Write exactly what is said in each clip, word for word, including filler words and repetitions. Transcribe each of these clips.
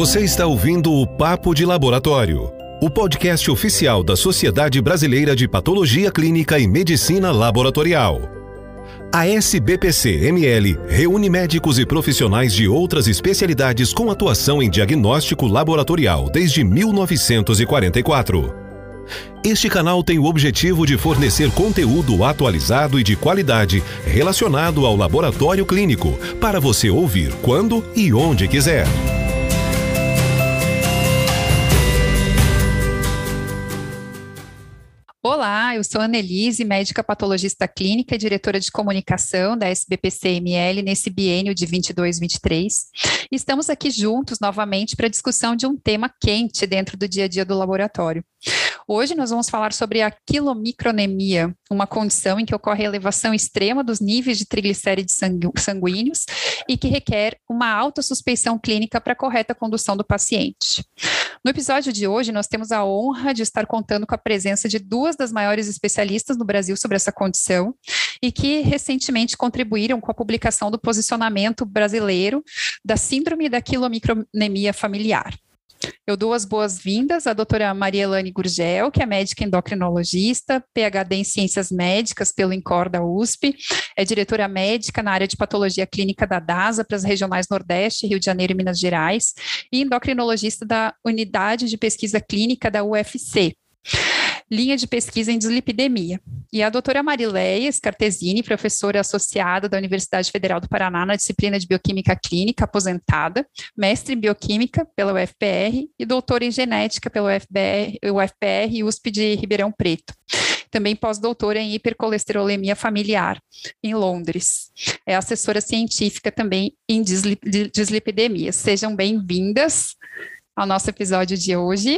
Você está ouvindo o Papo de Laboratório, o podcast oficial da Sociedade Brasileira de Patologia Clínica e Medicina Laboratorial. A S B P C M L reúne médicos e profissionais de outras especialidades com atuação em diagnóstico laboratorial desde mil novecentos e quarenta e quatro. Este canal tem o objetivo de fornecer conteúdo atualizado e de qualidade relacionado ao laboratório clínico para você ouvir quando e onde quiser. Olá, eu sou a Annelise, médica patologista clínica e diretora de comunicação da S B P C M L nesse biênio de vinte e dois, vinte e três. Estamos aqui juntos novamente para a discussão de um tema quente dentro do dia a dia do laboratório. Hoje nós vamos falar sobre a quilomicronemia, uma condição em que ocorre a elevação extrema dos níveis de triglicérides sanguíneos e que requer uma alta suspeição clínica para a correta condução do paciente. No episódio de hoje, nós temos a honra de estar contando com a presença de duas das maiores especialistas no Brasil sobre essa condição e que recentemente contribuíram com a publicação do posicionamento brasileiro da síndrome da quilomicronemia familiar. Eu dou as boas-vindas à doutora Maria Elane Gurgel, que é médica endocrinologista, P H D em Ciências Médicas pelo INCOR da U S P, é diretora médica na área de patologia clínica da DASA para as regionais Nordeste, Rio de Janeiro e Minas Gerais, e endocrinologista da Unidade de Pesquisa Clínica da U F C. Linha de pesquisa em dislipidemia. E a doutora Marileia Scartesini, professora associada da Universidade Federal do Paraná na disciplina de Bioquímica Clínica, aposentada, mestre em Bioquímica pela U F P R e doutora em Genética pela U F P R, U F P R e U S P de Ribeirão Preto. Também pós-doutora em hipercolesterolemia familiar, em Londres. É assessora científica também em dislip, dislipidemia. Sejam bem-vindas ao nosso episódio de hoje.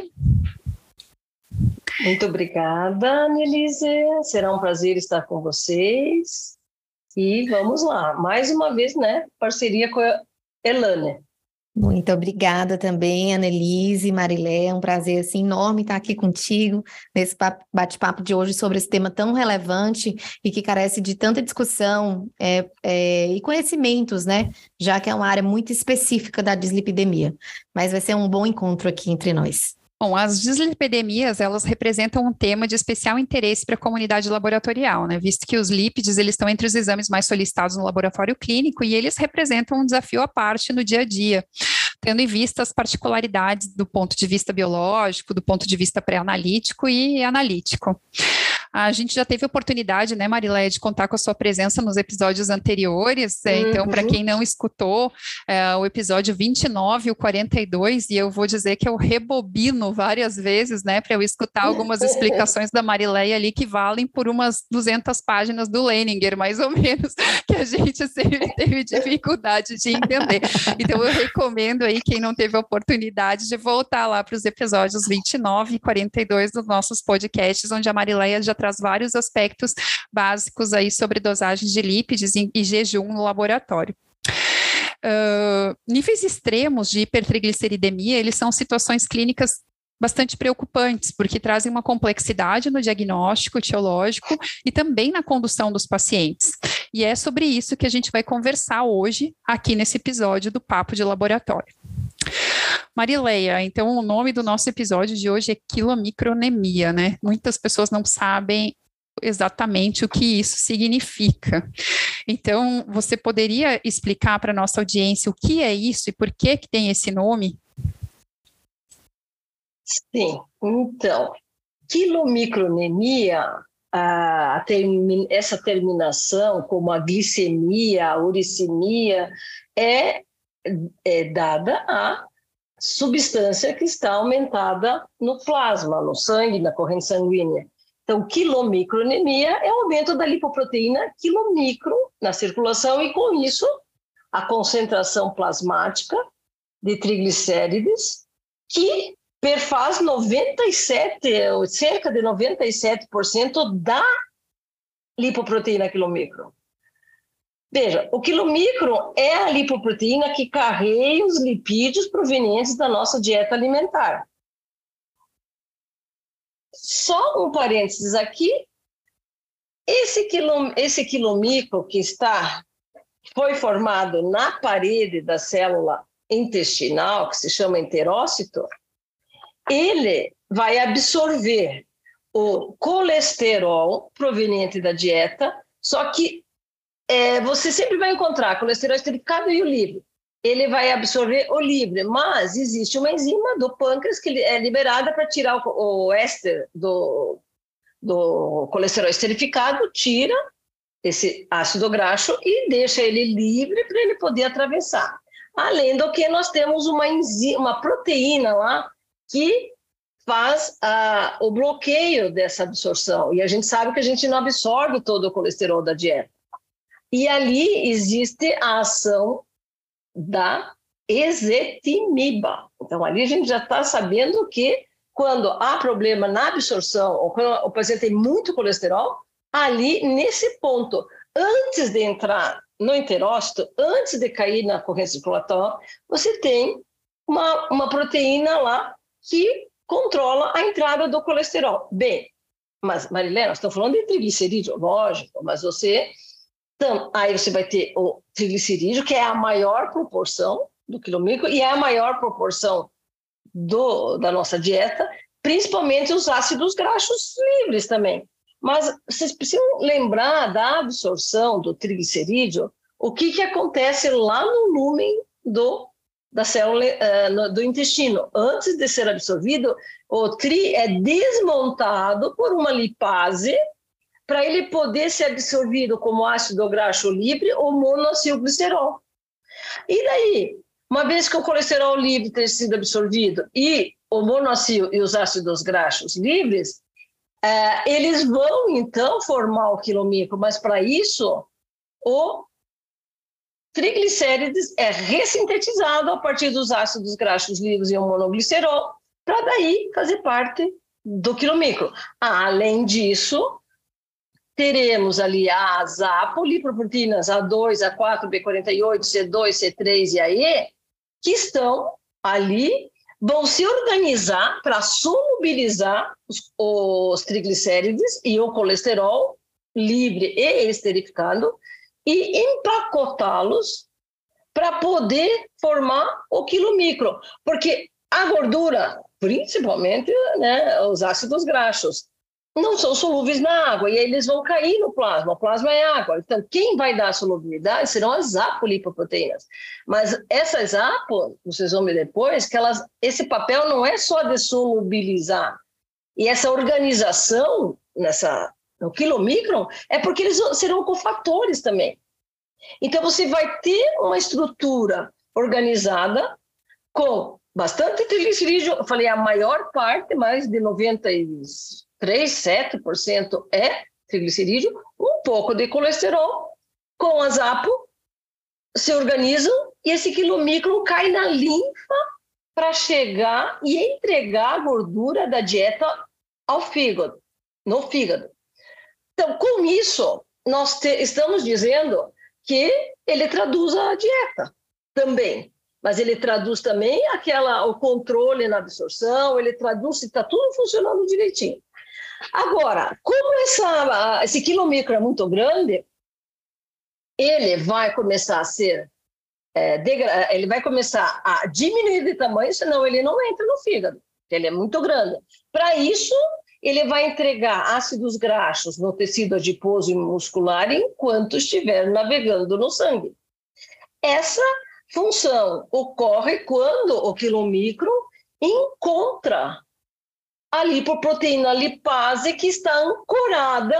Muito obrigada, Annelise. Será um prazer estar com vocês. E vamos lá, mais uma vez, né? Parceria com a Elane. Muito obrigada também, Annelise, Marilé. É um prazer assim, enorme estar aqui contigo nesse bate-papo de hoje sobre esse tema tão relevante e que carece de tanta discussão é, é, e conhecimentos, né? Já que é uma área muito específica da dislipidemia. Mas vai ser um bom encontro aqui entre nós. Bom, as dislipidemias, elas representam um tema de especial interesse para a comunidade laboratorial, né? Visto que os lípides, eles estão entre os exames mais solicitados no laboratório clínico e eles representam um desafio à parte no dia a dia, tendo em vista as particularidades do ponto de vista biológico, do ponto de vista pré-analítico e analítico. A gente já teve oportunidade, né, Marileia, de contar com a sua presença nos episódios anteriores, uhum. Então, para quem não escutou, é, o episódio vinte e nove e o quarenta e dois, e eu vou dizer que eu rebobino várias vezes, né, para eu escutar algumas explicações da Marileia ali que valem por umas duzentas páginas do Leninger, mais ou menos, que a gente sempre teve dificuldade de entender. Então, eu recomendo aí quem não teve a oportunidade de voltar lá para os episódios vinte e nove e quarenta e dois dos nossos podcasts, onde a Marileia já traz vários aspectos básicos aí sobre dosagens de lípides e, e jejum no laboratório. Uh, níveis extremos de hipertrigliceridemia, eles são situações clínicas bastante preocupantes, porque trazem uma complexidade no diagnóstico etiológico e também na condução dos pacientes. E é sobre isso que a gente vai conversar hoje, aqui nesse episódio do Papo de Laboratório. Marileia, então o nome do nosso episódio de hoje é quilomicronemia, né? Muitas pessoas não sabem exatamente o que isso significa. Então, você poderia explicar para a nossa audiência o que é isso e por que que tem esse nome? Sim, então, quilomicronemia, a, a termi, essa terminação, como a glicemia, a uricemia, é, é dada a substância que está aumentada no plasma, no sangue, na corrente sanguínea. Então, quilomicronemia é o aumento da lipoproteína quilomicro na circulação e, com isso, a concentração plasmática de triglicérides que perfaz noventa e sete, cerca de noventa e sete por cento da lipoproteína quilomicro. Veja, o quilomicro é a lipoproteína que carrega os lipídios provenientes da nossa dieta alimentar. Só um parênteses aqui, esse, quilom, esse quilomicro que está, foi formado na parede da célula intestinal, que se chama enterócito, ele vai absorver o colesterol proveniente da dieta, só que é, você sempre vai encontrar colesterol esterificado e o livre. Ele vai absorver o livre, mas existe uma enzima do pâncreas que é liberada para tirar o, o éster do, do colesterol esterificado, tira esse ácido graxo e deixa ele livre para ele poder atravessar. Além do que, nós temos uma, enzima, uma proteína lá que faz ah, o bloqueio dessa absorção. E a gente sabe que a gente não absorve todo o colesterol da dieta. E ali existe a ação da ezetimiba. Então, ali a gente já está sabendo que quando há problema na absorção, ou quando o paciente tem muito colesterol, ali, nesse ponto, antes de entrar no enterócito, antes de cair na corrente circulatória, você tem uma, uma proteína lá que controla a entrada do colesterol. Bem, mas, Marilé, nós estamos falando de triglicerídeo, lógico, mas você... Então, aí você vai ter o triglicerídeo, que é a maior proporção do quilomicro e é a maior proporção do, da nossa dieta, principalmente os ácidos graxos livres também. Mas vocês precisam lembrar da absorção do triglicerídeo, o que, que acontece lá no lúmen do, da célula, uh, no, do intestino. Antes de ser absorvido, o tri é desmontado por uma lipase para ele poder ser absorvido como ácido graxo livre ou monoacilglicerol. E daí, uma vez que o colesterol livre tenha sido absorvido e o monoacil e os ácidos graxos livres, é, eles vão, então, formar o quilomicro, mas para isso, o triglicérides é ressintetizado a partir dos ácidos graxos livres e o monoglicerol, para daí fazer parte do quilomicro. Ah, além disso, teremos ali as apolipoproteínas A dois, A quatro, B quarenta e oito, C dois, C três e A E, que estão ali, vão se organizar para solubilizar os, os triglicérides e o colesterol livre e esterificado e empacotá-los para poder formar o quilomicro. Porque a gordura, principalmente, né, os ácidos graxos, não são solúveis na água, e aí eles vão cair no plasma. O plasma é água. Então, quem vai dar a solubilidade serão as apolipoproteínas. Mas essas apo, vocês vão ver depois, que elas, esse papel não é só de solubilizar. E essa organização nessa, no quilomicron é porque eles serão cofatores também. Então, você vai ter uma estrutura organizada com bastante triglicerídeo. Eu falei a maior parte, mais de noventa e três, sete por cento é triglicerídeo, um pouco de colesterol, com as apo, se organizam e esse quilomicron cai na linfa para chegar e entregar a gordura da dieta ao fígado, no fígado. Então, com isso, nós te, estamos dizendo que ele traduz a dieta também, mas ele traduz também aquela, o controle na absorção, ele traduz se está tudo funcionando direitinho. Agora, como essa, esse quilomicro é muito grande, ele vai começar a ser, é, degra- ele vai começar a diminuir de tamanho, senão ele não entra no fígado, porque ele é muito grande. Para isso, ele vai entregar ácidos graxos no tecido adiposo e muscular enquanto estiver navegando no sangue. Essa função ocorre quando o quilomicro encontra a lipoproteína lipase que está ancorada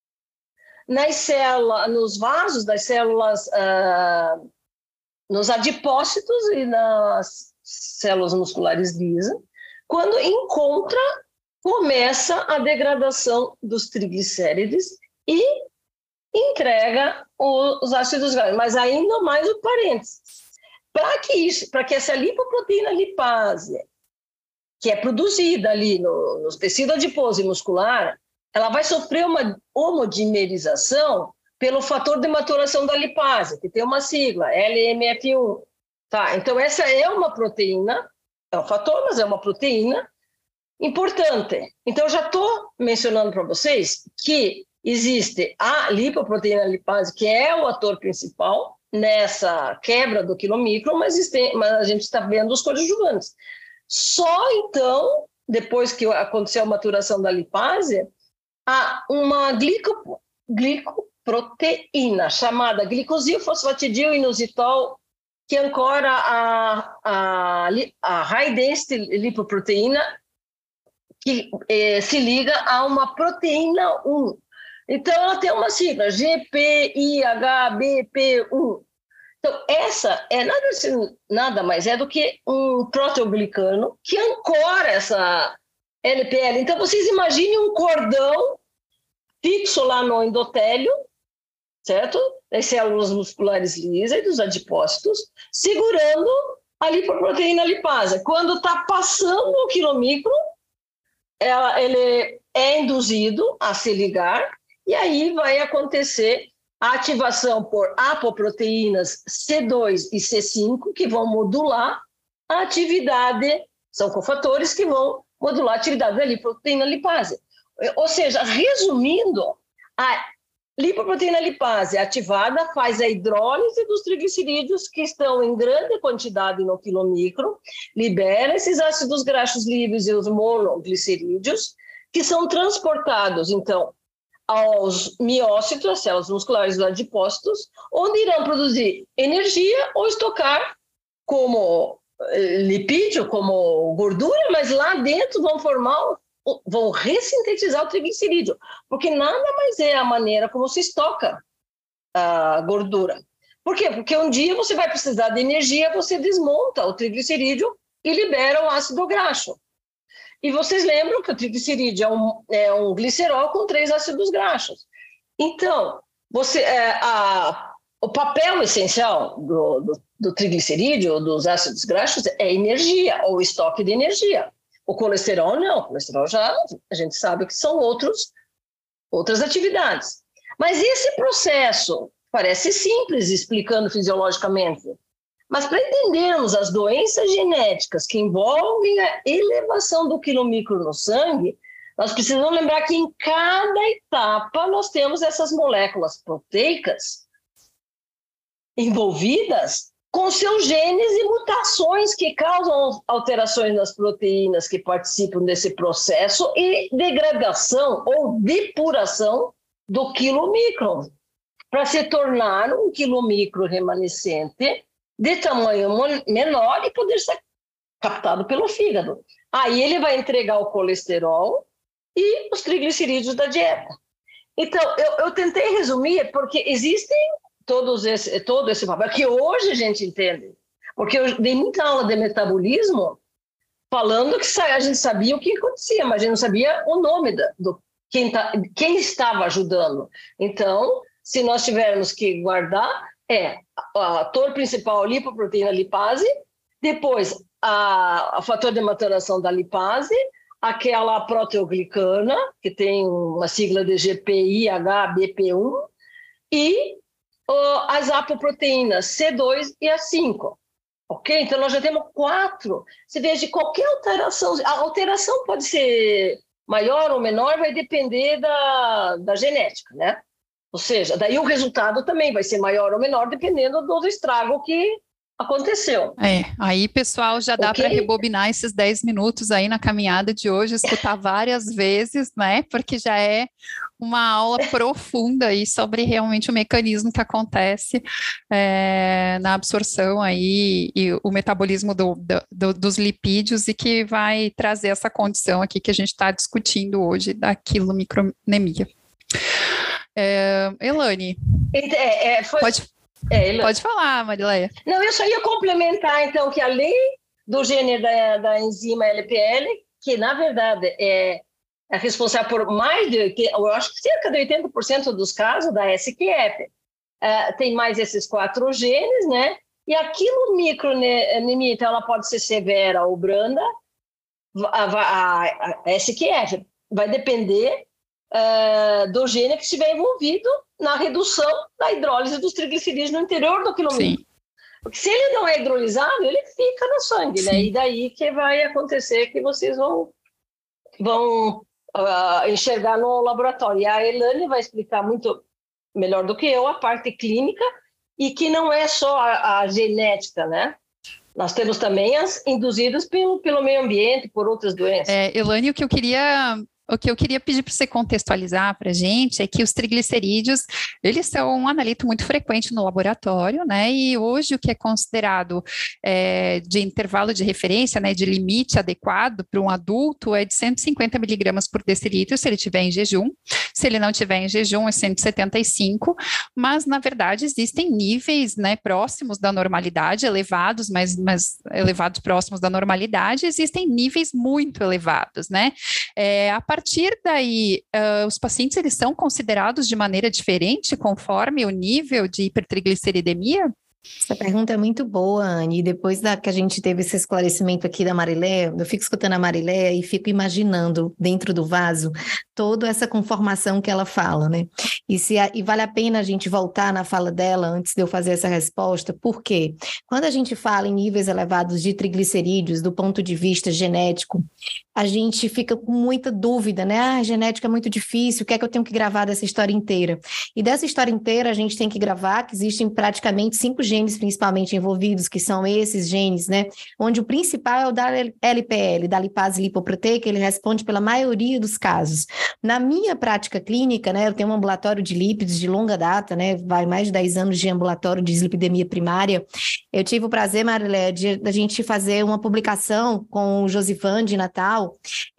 nas células, nos vasos das células, uh, nos adipócitos e nas células musculares lisas. Quando encontra, começa a degradação dos triglicérides e entrega os ácidos graxos. Mas ainda mais o parênteses. Para que isso, para que essa lipoproteína lipase, que é produzida ali no, no tecido adiposo e muscular, ela vai sofrer uma homodimerização pelo fator de maturação da lipase, que tem uma sigla, L M F um. Tá, então, essa é uma proteína, é um fator, mas é uma proteína importante. Então, eu já estou mencionando para vocês que existe a lipoproteína lipase, que é o ator principal, nessa quebra do quilomicron, mas, mas a gente está vendo os coadjuvantes. Só então, depois que aconteceu a maturação da lipase, há uma glico, glicoproteína chamada glicosilfosfatidil-inositol, que ancora a, a, a high density lipoproteína, que eh, se liga a uma proteína um. Então, ela tem uma sigla, G P I H B P um. Então, essa é nada, nada mais é do que um proteoglicano que ancora essa L P L. Então, vocês imaginem um cordão fixo lá no endotélio, certo? Das células musculares lisas e dos adipócitos, segurando a lipoproteína lipase. Quando está passando o quilomicron, ela, ele é induzido a se ligar, e aí vai acontecer a ativação por apoproteínas C dois e C cinco, que vão modular a atividade, são cofatores que vão modular a atividade da lipoproteína lipase. Ou seja, resumindo, a lipoproteína lipase ativada faz a hidrólise dos triglicerídeos que estão em grande quantidade no quilomicron, libera esses ácidos graxos livres e os monoglicerídeos, que são transportados, então, aos miócitos, as células musculares dos adipócitos, onde irão produzir energia ou estocar como lipídio, como gordura, mas lá dentro vão formar, vão ressintetizar o triglicerídeo, porque nada mais é a maneira como se estoca a gordura. Por quê? Porque um dia você vai precisar de energia, você desmonta o triglicerídeo e libera o ácido graxo. E vocês lembram que o triglicerídeo é um, é um glicerol com três ácidos graxos. Então, você, é, a, o papel essencial do, do, do triglicerídeo, dos ácidos graxos, é energia, ou estoque de energia. O colesterol não, o colesterol já a gente sabe que são outros, outras atividades. Mas esse processo parece simples, explicando fisiologicamente. Mas para entendermos as doenças genéticas que envolvem a elevação do quilomicron no sangue, nós precisamos lembrar que em cada etapa nós temos essas moléculas proteicas envolvidas com seus genes e mutações que causam alterações nas proteínas que participam desse processo e degradação ou depuração do quilomicron, para se tornar um quilomicron remanescente de tamanho menor e poder ser captado pelo fígado. Aí ele vai entregar o colesterol e os triglicerídeos da dieta. Então, eu, eu tentei resumir porque existem todos esse, todo esse papel que hoje a gente entende. Porque eu dei muita aula de metabolismo falando que a gente sabia o que acontecia, mas a gente não sabia o nome da, do quem, tá, quem estava ajudando. Então, se nós tivermos que guardar, é o ator principal, a lipoproteína lipase, depois a, a fator de maturação da lipase, aquela proteoglicana, que tem uma sigla de G P I H B P um, e uh, as apoproteínas C dois e A cinco. Ok? Então, nós já temos quatro. Se veja, qualquer alteração, a alteração pode ser maior ou menor, vai depender da, da genética, né? Ou seja, daí o resultado também vai ser maior ou menor, dependendo do estrago que aconteceu. É, aí, pessoal, já dá okay? para rebobinar esses dez minutos aí na caminhada de hoje, escutar várias vezes, né? Porque já é uma aula profunda aí sobre realmente o mecanismo que acontece é, na absorção aí e o metabolismo do, do, dos lipídios e que vai trazer essa condição aqui que a gente está discutindo hoje da quilomicronemia. É, Elane, é, é, foi, pode, é, Elane. pode falar, Marileia. Não, eu só ia complementar, então, que além do gene da, da enzima L P L, que, na verdade, é, é responsável por mais de, eu acho que cerca de oitenta por cento dos casos da S Q F, uh, tem mais esses quatro genes, né? E a quilomicronemia, então, ela pode ser severa ou branda, a, a, a S Q F vai depender Uh, do gene que estiver envolvido na redução da hidrólise dos triglicerídeos no interior do quilomicron. Porque se ele não é hidrolisado, ele fica no sangue, né? E daí que vai acontecer que vocês vão, vão uh, enxergar no laboratório. E a Elane vai explicar muito melhor do que eu a parte clínica e que não é só a, a genética, né? Nós temos também as induzidas pelo, pelo meio ambiente, por outras doenças. É, Elaine, o que eu queria... O que eu queria pedir para você contextualizar para a gente é que os triglicerídeos, eles são um analito muito frequente no laboratório, né, e hoje o que é considerado é, de intervalo de referência, né, de limite adequado para um adulto é de cento e cinquenta miligramas por decilitro se ele estiver em jejum, se ele não estiver em jejum é cento e setenta e cinco, mas na verdade existem níveis, né, próximos da normalidade, elevados, mas, mas elevados próximos da normalidade, existem níveis muito elevados, né, é, a partir A partir daí, uh, os pacientes eles são considerados de maneira diferente conforme o nível de hipertrigliceridemia? Essa pergunta é muito boa, Anne, e depois da, que a gente teve esse esclarecimento aqui da Mariléia, eu fico escutando a Mariléia e fico imaginando dentro do vaso toda essa conformação que ela fala, né? E, se, e vale a pena a gente voltar na fala dela antes de eu fazer essa resposta, por quê? Quando a gente fala em níveis elevados de triglicerídeos do ponto de vista genético, a gente fica com muita dúvida, né? Ah, genética é muito difícil, o que é que eu tenho que gravar dessa história inteira? E dessa história inteira a gente tem que gravar que existem praticamente cinco genes principalmente envolvidos, que são esses genes, né? Onde o principal é o da L P L, da lipase lipoproteica, ele responde pela maioria dos casos. Na minha prática clínica, né, eu tenho um ambulatório de lípidos de longa data, né, vai mais de dez anos de ambulatório de dislipidemia primária. Eu tive o prazer, Marilé, de, de a gente fazer uma publicação com o Josivan de Natal,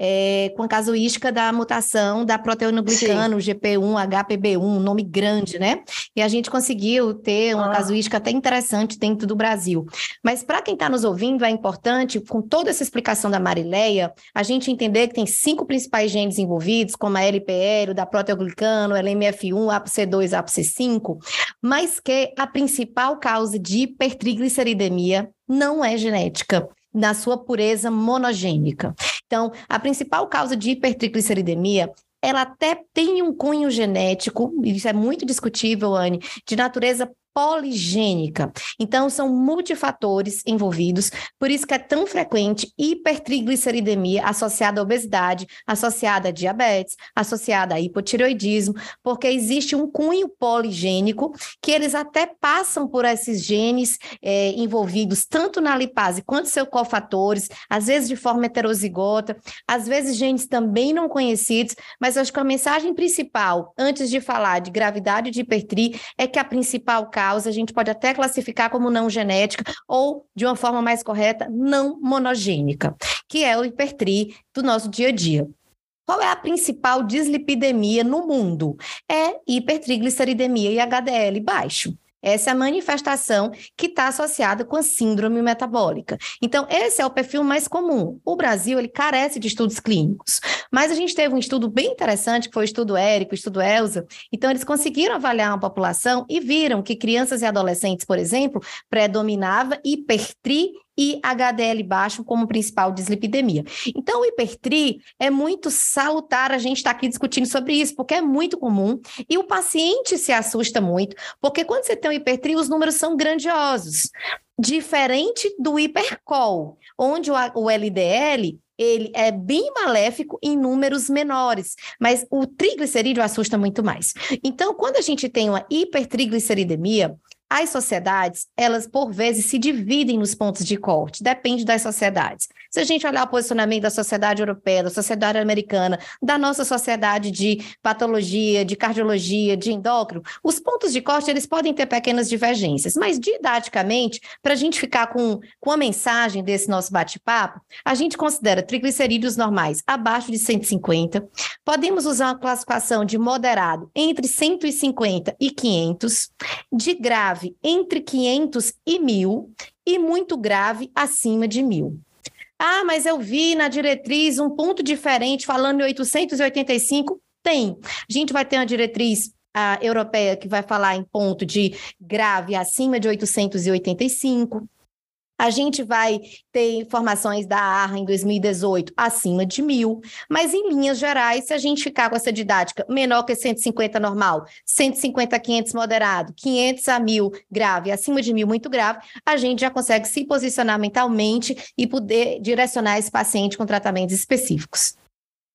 é, com a casuística da mutação da proteonoglicano, G P um, H P B um, um nome grande, né? E a gente conseguiu ter uma ah. casuística até interessante dentro do Brasil. Mas para quem está nos ouvindo, é importante, com toda essa explicação da Mariléia, a gente entender que tem cinco principais genes envolvidos, como a L P L, da proteoglicano, L M F um, A P O C dois, A P O C cinco, mas que a principal causa de hipertrigliceridemia não é genética, na sua pureza monogênica. Então, a principal causa de hipertrigliceridemia, ela até tem um cunho genético, isso é muito discutível, Anne, de natureza poligênica. Então, são multifatores envolvidos, por isso que é tão frequente hipertrigliceridemia associada à obesidade, associada a diabetes, associada a hipotireoidismo, porque existe um cunho poligênico que eles até passam por esses genes é, envolvidos tanto na lipase quanto seus cofatores, às vezes de forma heterozigota, às vezes genes também não conhecidos, mas acho que a mensagem principal, antes de falar de gravidade de hipertri, é que a principal causa a gente pode até classificar como não genética ou, de uma forma mais correta, não monogênica, que é o hipertri do nosso dia a dia. Qual é a principal dislipidemia no mundo? É hipertrigliceridemia e H D L baixo. Essa é a manifestação que está associada com a síndrome metabólica. Então, esse é o perfil mais comum. O Brasil, ele carece de estudos clínicos. Mas a gente teve um estudo bem interessante, que foi o estudo Érico, o estudo Elsa. Então, eles conseguiram avaliar uma população e viram que crianças e adolescentes, por exemplo, predominava hipertri e H D L baixo como principal dislipidemia. Então, o hipertri é muito salutar a gente estar aqui discutindo sobre isso, porque é muito comum e o paciente se assusta muito, porque quando você tem um hipertri, os números são grandiosos. Diferente do hipercol, onde o, o L D L ele é bem maléfico em números menores, mas o triglicerídeo assusta muito mais. Então, quando a gente tem uma hipertrigliceridemia, as sociedades, elas por vezes se dividem nos pontos de corte, depende das sociedades. Se a gente olhar o posicionamento da sociedade europeia, da sociedade americana, da nossa sociedade de patologia, de cardiologia, de endócrino, os pontos de corte, eles podem ter pequenas divergências, mas didaticamente, para a gente ficar com, com a mensagem desse nosso bate-papo, a gente considera triglicerídeos normais abaixo de cento e cinquenta, podemos usar uma classificação de moderado entre cento e cinquenta e quinhentos, de grave entre quinhentos e mil e muito grave acima de mil. Ah, mas eu vi na diretriz um ponto diferente falando em oitocentos e oitenta e cinco. Tem. A gente vai ter uma diretriz ah, europeia que vai falar em ponto de grave acima de oitocentos e oitenta e cinco. A gente vai ter informações da A R R A em dois mil e dezoito acima de mil, mas em linhas gerais, se a gente ficar com essa didática menor que cento e cinquenta normal, cento e cinquenta a quinhentos moderado, quinhentos a mil grave, acima de mil muito grave, a gente já consegue se posicionar mentalmente e poder direcionar esse paciente com tratamentos específicos.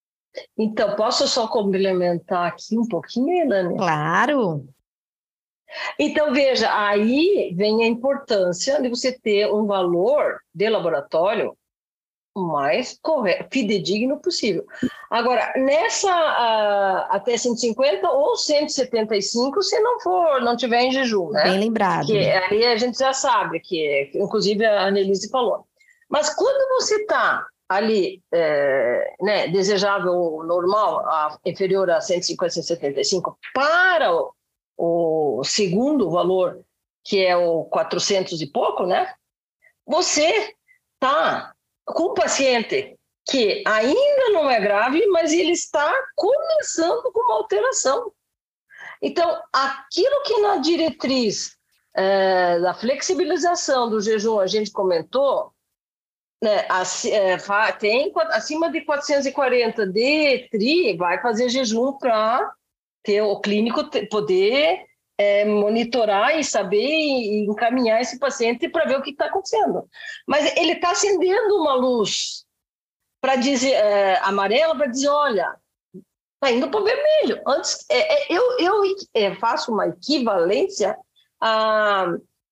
Então, posso só complementar aqui um pouquinho, Elaine? Claro! Então, veja, aí vem a importância de você ter um valor de laboratório o mais correto, fidedigno possível. Agora, nessa uh, até cento e cinquenta ou cento e setenta e cinco, se não for, não tiver em jejum, né? Bem lembrado. Que aí a gente já sabe, que inclusive a Annelise falou. Mas quando você está ali, é, né, desejável normal, a, inferior a cento e cinquenta, cento e setenta e cinco, para o, o segundo valor, que é o quatrocentos e pouco, né? Você está com um paciente que ainda não é grave, mas ele está começando com uma alteração. Então, aquilo que na diretriz é, da flexibilização do jejum a gente comentou, né, é, tem acima de quatrocentos e quarenta de tri, vai fazer jejum para ter o clínico poder é, monitorar e saber e encaminhar esse paciente para ver o que está acontecendo. Mas ele está acendendo uma luz para dizer é, amarela para dizer, olha, está indo para o vermelho. Antes, é, é, eu eu é, faço uma equivalência a,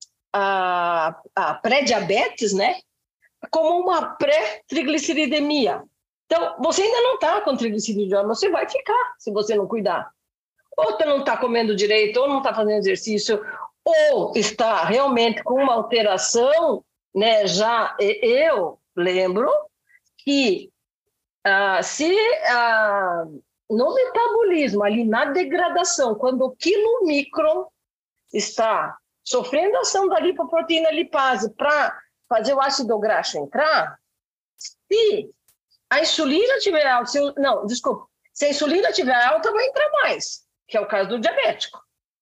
a, a pré-diabetes, né? Como uma pré-trigliceridemia. Então, você ainda não está com triglicerídeo, mas você vai ficar se você não cuidar. Ou você não está comendo direito, ou não está fazendo exercício, ou está realmente com uma alteração, né? Já eu lembro que ah, se ah, no metabolismo, ali na degradação, quando o quilomicron está sofrendo ação da lipoproteína lipase para fazer o ácido graxo entrar, se a insulina tiver alta, se, não, desculpa, se a insulina tiver alta, vai entrar mais, que é o caso do diabético.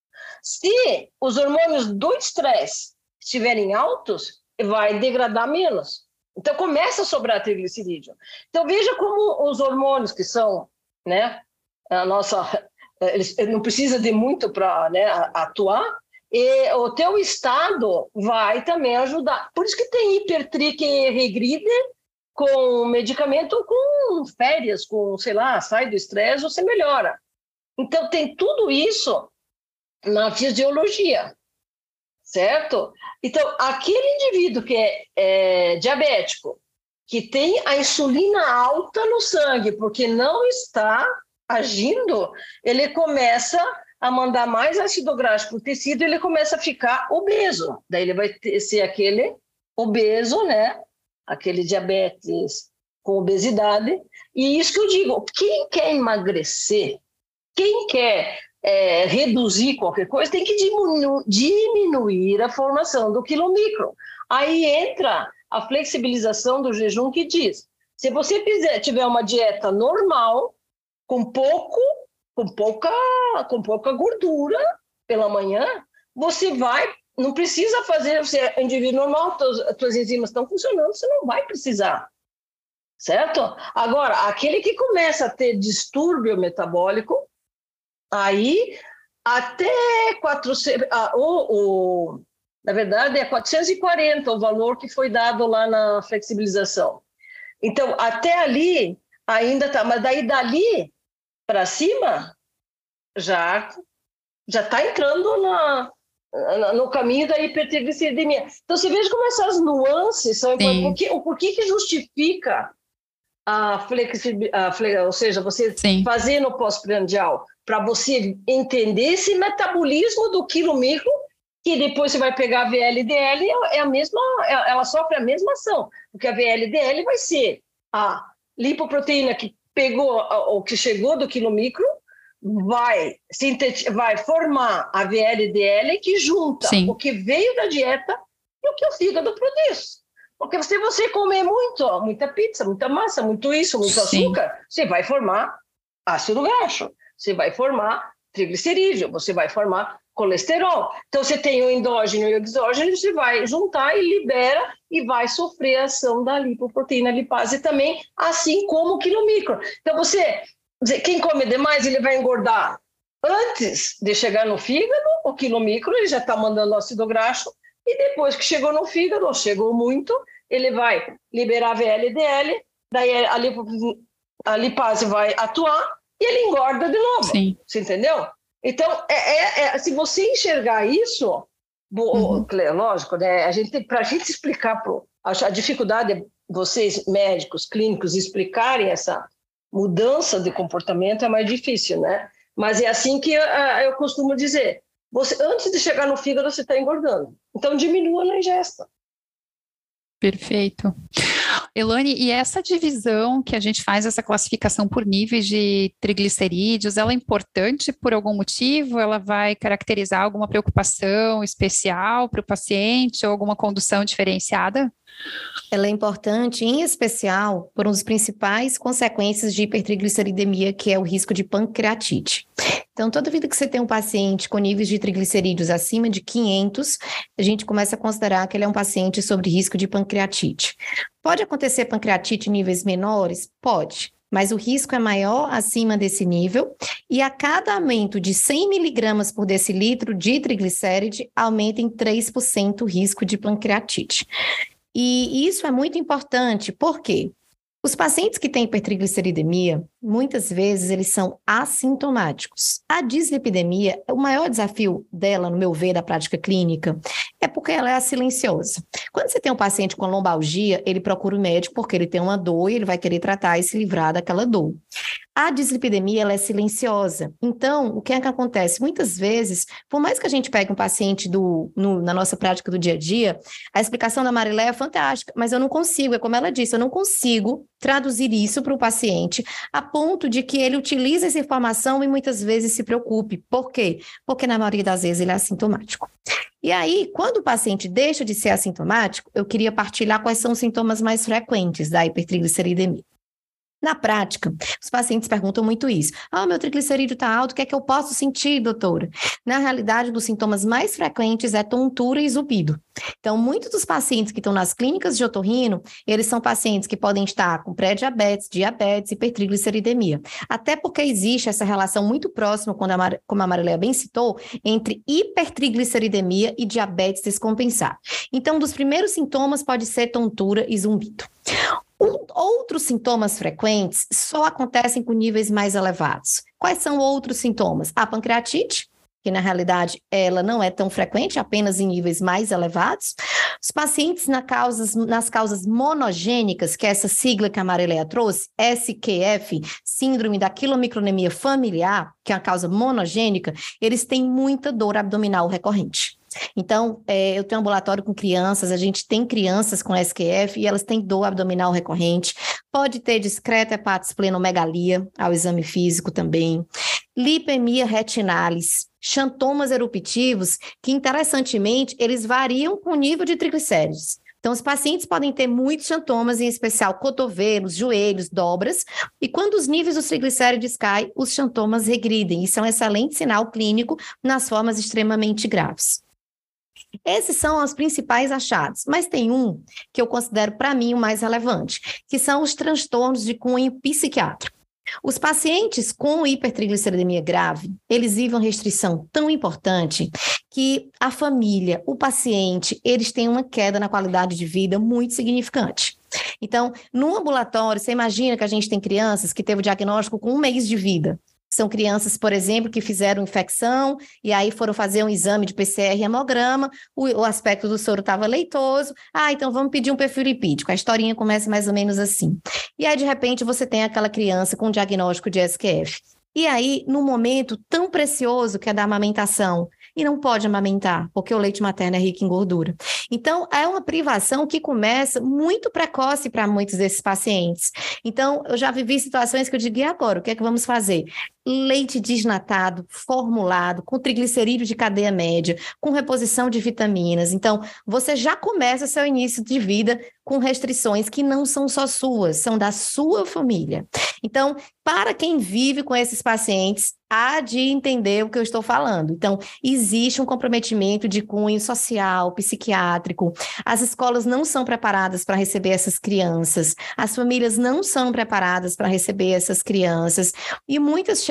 Se os hormônios do estresse estiverem altos, vai degradar menos. Então, começa a sobrar triglicerídeo. Então, veja como os hormônios que são, né, a nossa, eles não precisa de muito para, né, atuar, e o teu estado vai também ajudar. Por isso que tem hipertri que regride com medicamento, com férias, com, sei lá, sai do estresse, você melhora. Então, tem tudo isso na fisiologia, certo? Então, aquele indivíduo que é, é diabético, que tem a insulina alta no sangue, porque não está agindo, ele começa a mandar mais ácido graxo para o tecido, ele começa a ficar obeso. Daí ele vai ter, ser aquele obeso, né? Aquele diabetes com obesidade. E isso que eu digo, quem quer emagrecer, quem quer é, reduzir qualquer coisa, tem que diminu- diminuir a formação do quilomicron. Aí entra a flexibilização do jejum que diz, se você fizer, tiver uma dieta normal, com pouco, com pouca, com pouca gordura pela manhã, você vai, não precisa fazer, você é indivíduo normal, as tuas enzimas estão funcionando, você não vai precisar, certo? Agora, aquele que começa a ter distúrbio metabólico, aí até quatrocentos, ah, o, o, na verdade é quatrocentos e quarenta o valor que foi dado lá na flexibilização. Então, até ali ainda tá, mas daí dali para cima, já já está entrando na, na, no caminho da hipertrigliceridemia. Então, você veja como essas nuances são importantes. O porquê que justifica a flexibilidade, ou seja, você Sim. fazer no pós-prandial, para você entender esse metabolismo do quilomicron, que depois você vai pegar a V L D L, é a mesma, ela sofre a mesma ação, porque a V L D L vai ser a lipoproteína que pegou o que chegou do quilomicron, vai, vai formar a V L D L que junta Sim. o que veio da dieta e o que o fígado produz. Porque se você comer muito, ó, muita pizza, muita massa, muito isso, muito Sim. açúcar, você vai formar ácido graxo, você vai formar triglicerídeo, você vai formar colesterol. Então, você tem o endógeno e o exógeno, você vai juntar e libera e vai sofrer a ação da lipoproteína lipase também, assim como o quilomicron. Então, você, quem come demais, ele vai engordar antes de chegar no fígado, o quilomicron, ele já está mandando ácido graxo, e depois que chegou no fígado, ou chegou muito, ele vai liberar a V L D L, daí a, lip, a lipase vai atuar e ele engorda de novo. Sim. Você entendeu? Então, é, é, é, se você enxergar isso, uhum. lógico, né? A gente, para a gente explicar, pro, a dificuldade é vocês, médicos, clínicos, explicarem essa mudança de comportamento é mais difícil, né? Mas é assim que eu, eu costumo dizer. Você, antes de chegar no fígado, você está engordando. Então, diminua na ingesta. Perfeito. Elane, e essa divisão que a gente faz, essa classificação por níveis de triglicerídeos, ela é importante por algum motivo? Ela vai caracterizar alguma preocupação especial para o paciente ou alguma condução diferenciada? Ela é importante, em especial, por uma das principais consequências de hipertrigliceridemia, que é o risco de pancreatite. Então, toda vida que você tem um paciente com níveis de triglicerídeos acima de quinhentos, a gente começa a considerar que ele é um paciente sobre risco de pancreatite. Pode acontecer pancreatite em níveis menores? Pode. Mas o risco é maior acima desse nível, e a cada aumento de cem miligramas por decilitro de triglicéride, aumenta em três por cento o risco de pancreatite. E isso é muito importante, por quê? Os pacientes que têm hipertrigliceridemia, muitas vezes eles são assintomáticos. A dislipidemia, o maior desafio dela, no meu ver, da prática clínica, é porque ela é silenciosa. Quando você tem um paciente com lombalgia, ele procura o médico porque ele tem uma dor e ele vai querer tratar e se livrar daquela dor. A dislipidemia, ela é silenciosa. Então, o que é que acontece? Muitas vezes, por mais que a gente pegue um paciente do, no, na nossa prática do dia a dia, a explicação da Marilé é fantástica, mas eu não consigo, é como ela disse, eu não consigo traduzir isso para o paciente a ponto de que ele utilize essa informação e muitas vezes se preocupe. Por quê? Porque na maioria das vezes ele é assintomático. E aí, quando o paciente deixa de ser assintomático, eu queria partilhar quais são os sintomas mais frequentes da hipertrigliceridemia. Na prática, os pacientes perguntam muito isso. Ah, meu triglicerídeo está alto, o que é que eu posso sentir, doutora? Na realidade, um dos sintomas mais frequentes é tontura e zumbido. Então, muitos dos pacientes que estão nas clínicas de otorrino, eles são pacientes que podem estar com pré-diabetes, diabetes, hipertrigliceridemia. Até porque existe essa relação muito próxima, quando a Mar... como a Mariléia bem citou, entre hipertrigliceridemia e diabetes descompensado. Então, um dos primeiros sintomas pode ser tontura e zumbido. Um, outros sintomas frequentes só acontecem com níveis mais elevados. Quais são outros sintomas? A pancreatite, que na realidade ela não é tão frequente, apenas em níveis mais elevados. Os pacientes na causas, nas causas monogênicas, que é essa sigla que a Mariléia trouxe, S Q F, síndrome da quilomicronemia familiar, que é uma causa monogênica, eles têm muita dor abdominal recorrente. Então, é, eu tenho um ambulatório com crianças, a gente tem crianças com S Q F e elas têm dor abdominal recorrente, pode ter discreta hepatosplenomegalia ao exame físico também, lipemia retinalis, xantomas eruptivos, que interessantemente, eles variam com o nível de triglicéridos. Então, os pacientes podem ter muitos xantomas, em especial cotovelos, joelhos, dobras, e quando os níveis dos triglicéridos caem, os xantomas regridem. Isso é um excelente sinal clínico nas formas extremamente graves. Esses são os principais achados, mas tem um que eu considero, para mim, o mais relevante, que são os transtornos de cunho psiquiátrico. Os pacientes com hipertrigliceridemia grave, eles vivem uma restrição tão importante que a família, o paciente, eles têm uma queda na qualidade de vida muito significante. Então, no ambulatório, você imagina que a gente tem crianças que teve o diagnóstico com um mês de vida. São crianças, por exemplo, que fizeram infecção e aí foram fazer um exame de P C R e hemograma, o, o aspecto do soro estava leitoso, ah, então vamos pedir um perfil lipídico. A historinha começa mais ou menos assim. E aí, de repente, você tem aquela criança com diagnóstico de S Q F. E aí, num momento tão precioso que é da amamentação, e não pode amamentar, porque o leite materno é rico em gordura. Então, é uma privação que começa muito precoce para muitos desses pacientes. Então, eu já vivi situações que eu digo, e agora, o que é que vamos fazer? Leite desnatado, formulado, com triglicerídeo de cadeia média, com reposição de vitaminas. Então, você já começa seu início de vida com restrições que não são só suas, são da sua família. Então, para quem vive com esses pacientes, há de entender o que eu estou falando. Então, existe um comprometimento de cunho social, psiquiátrico. As escolas não são preparadas para receber essas crianças. As famílias não são preparadas para receber essas crianças. E muitas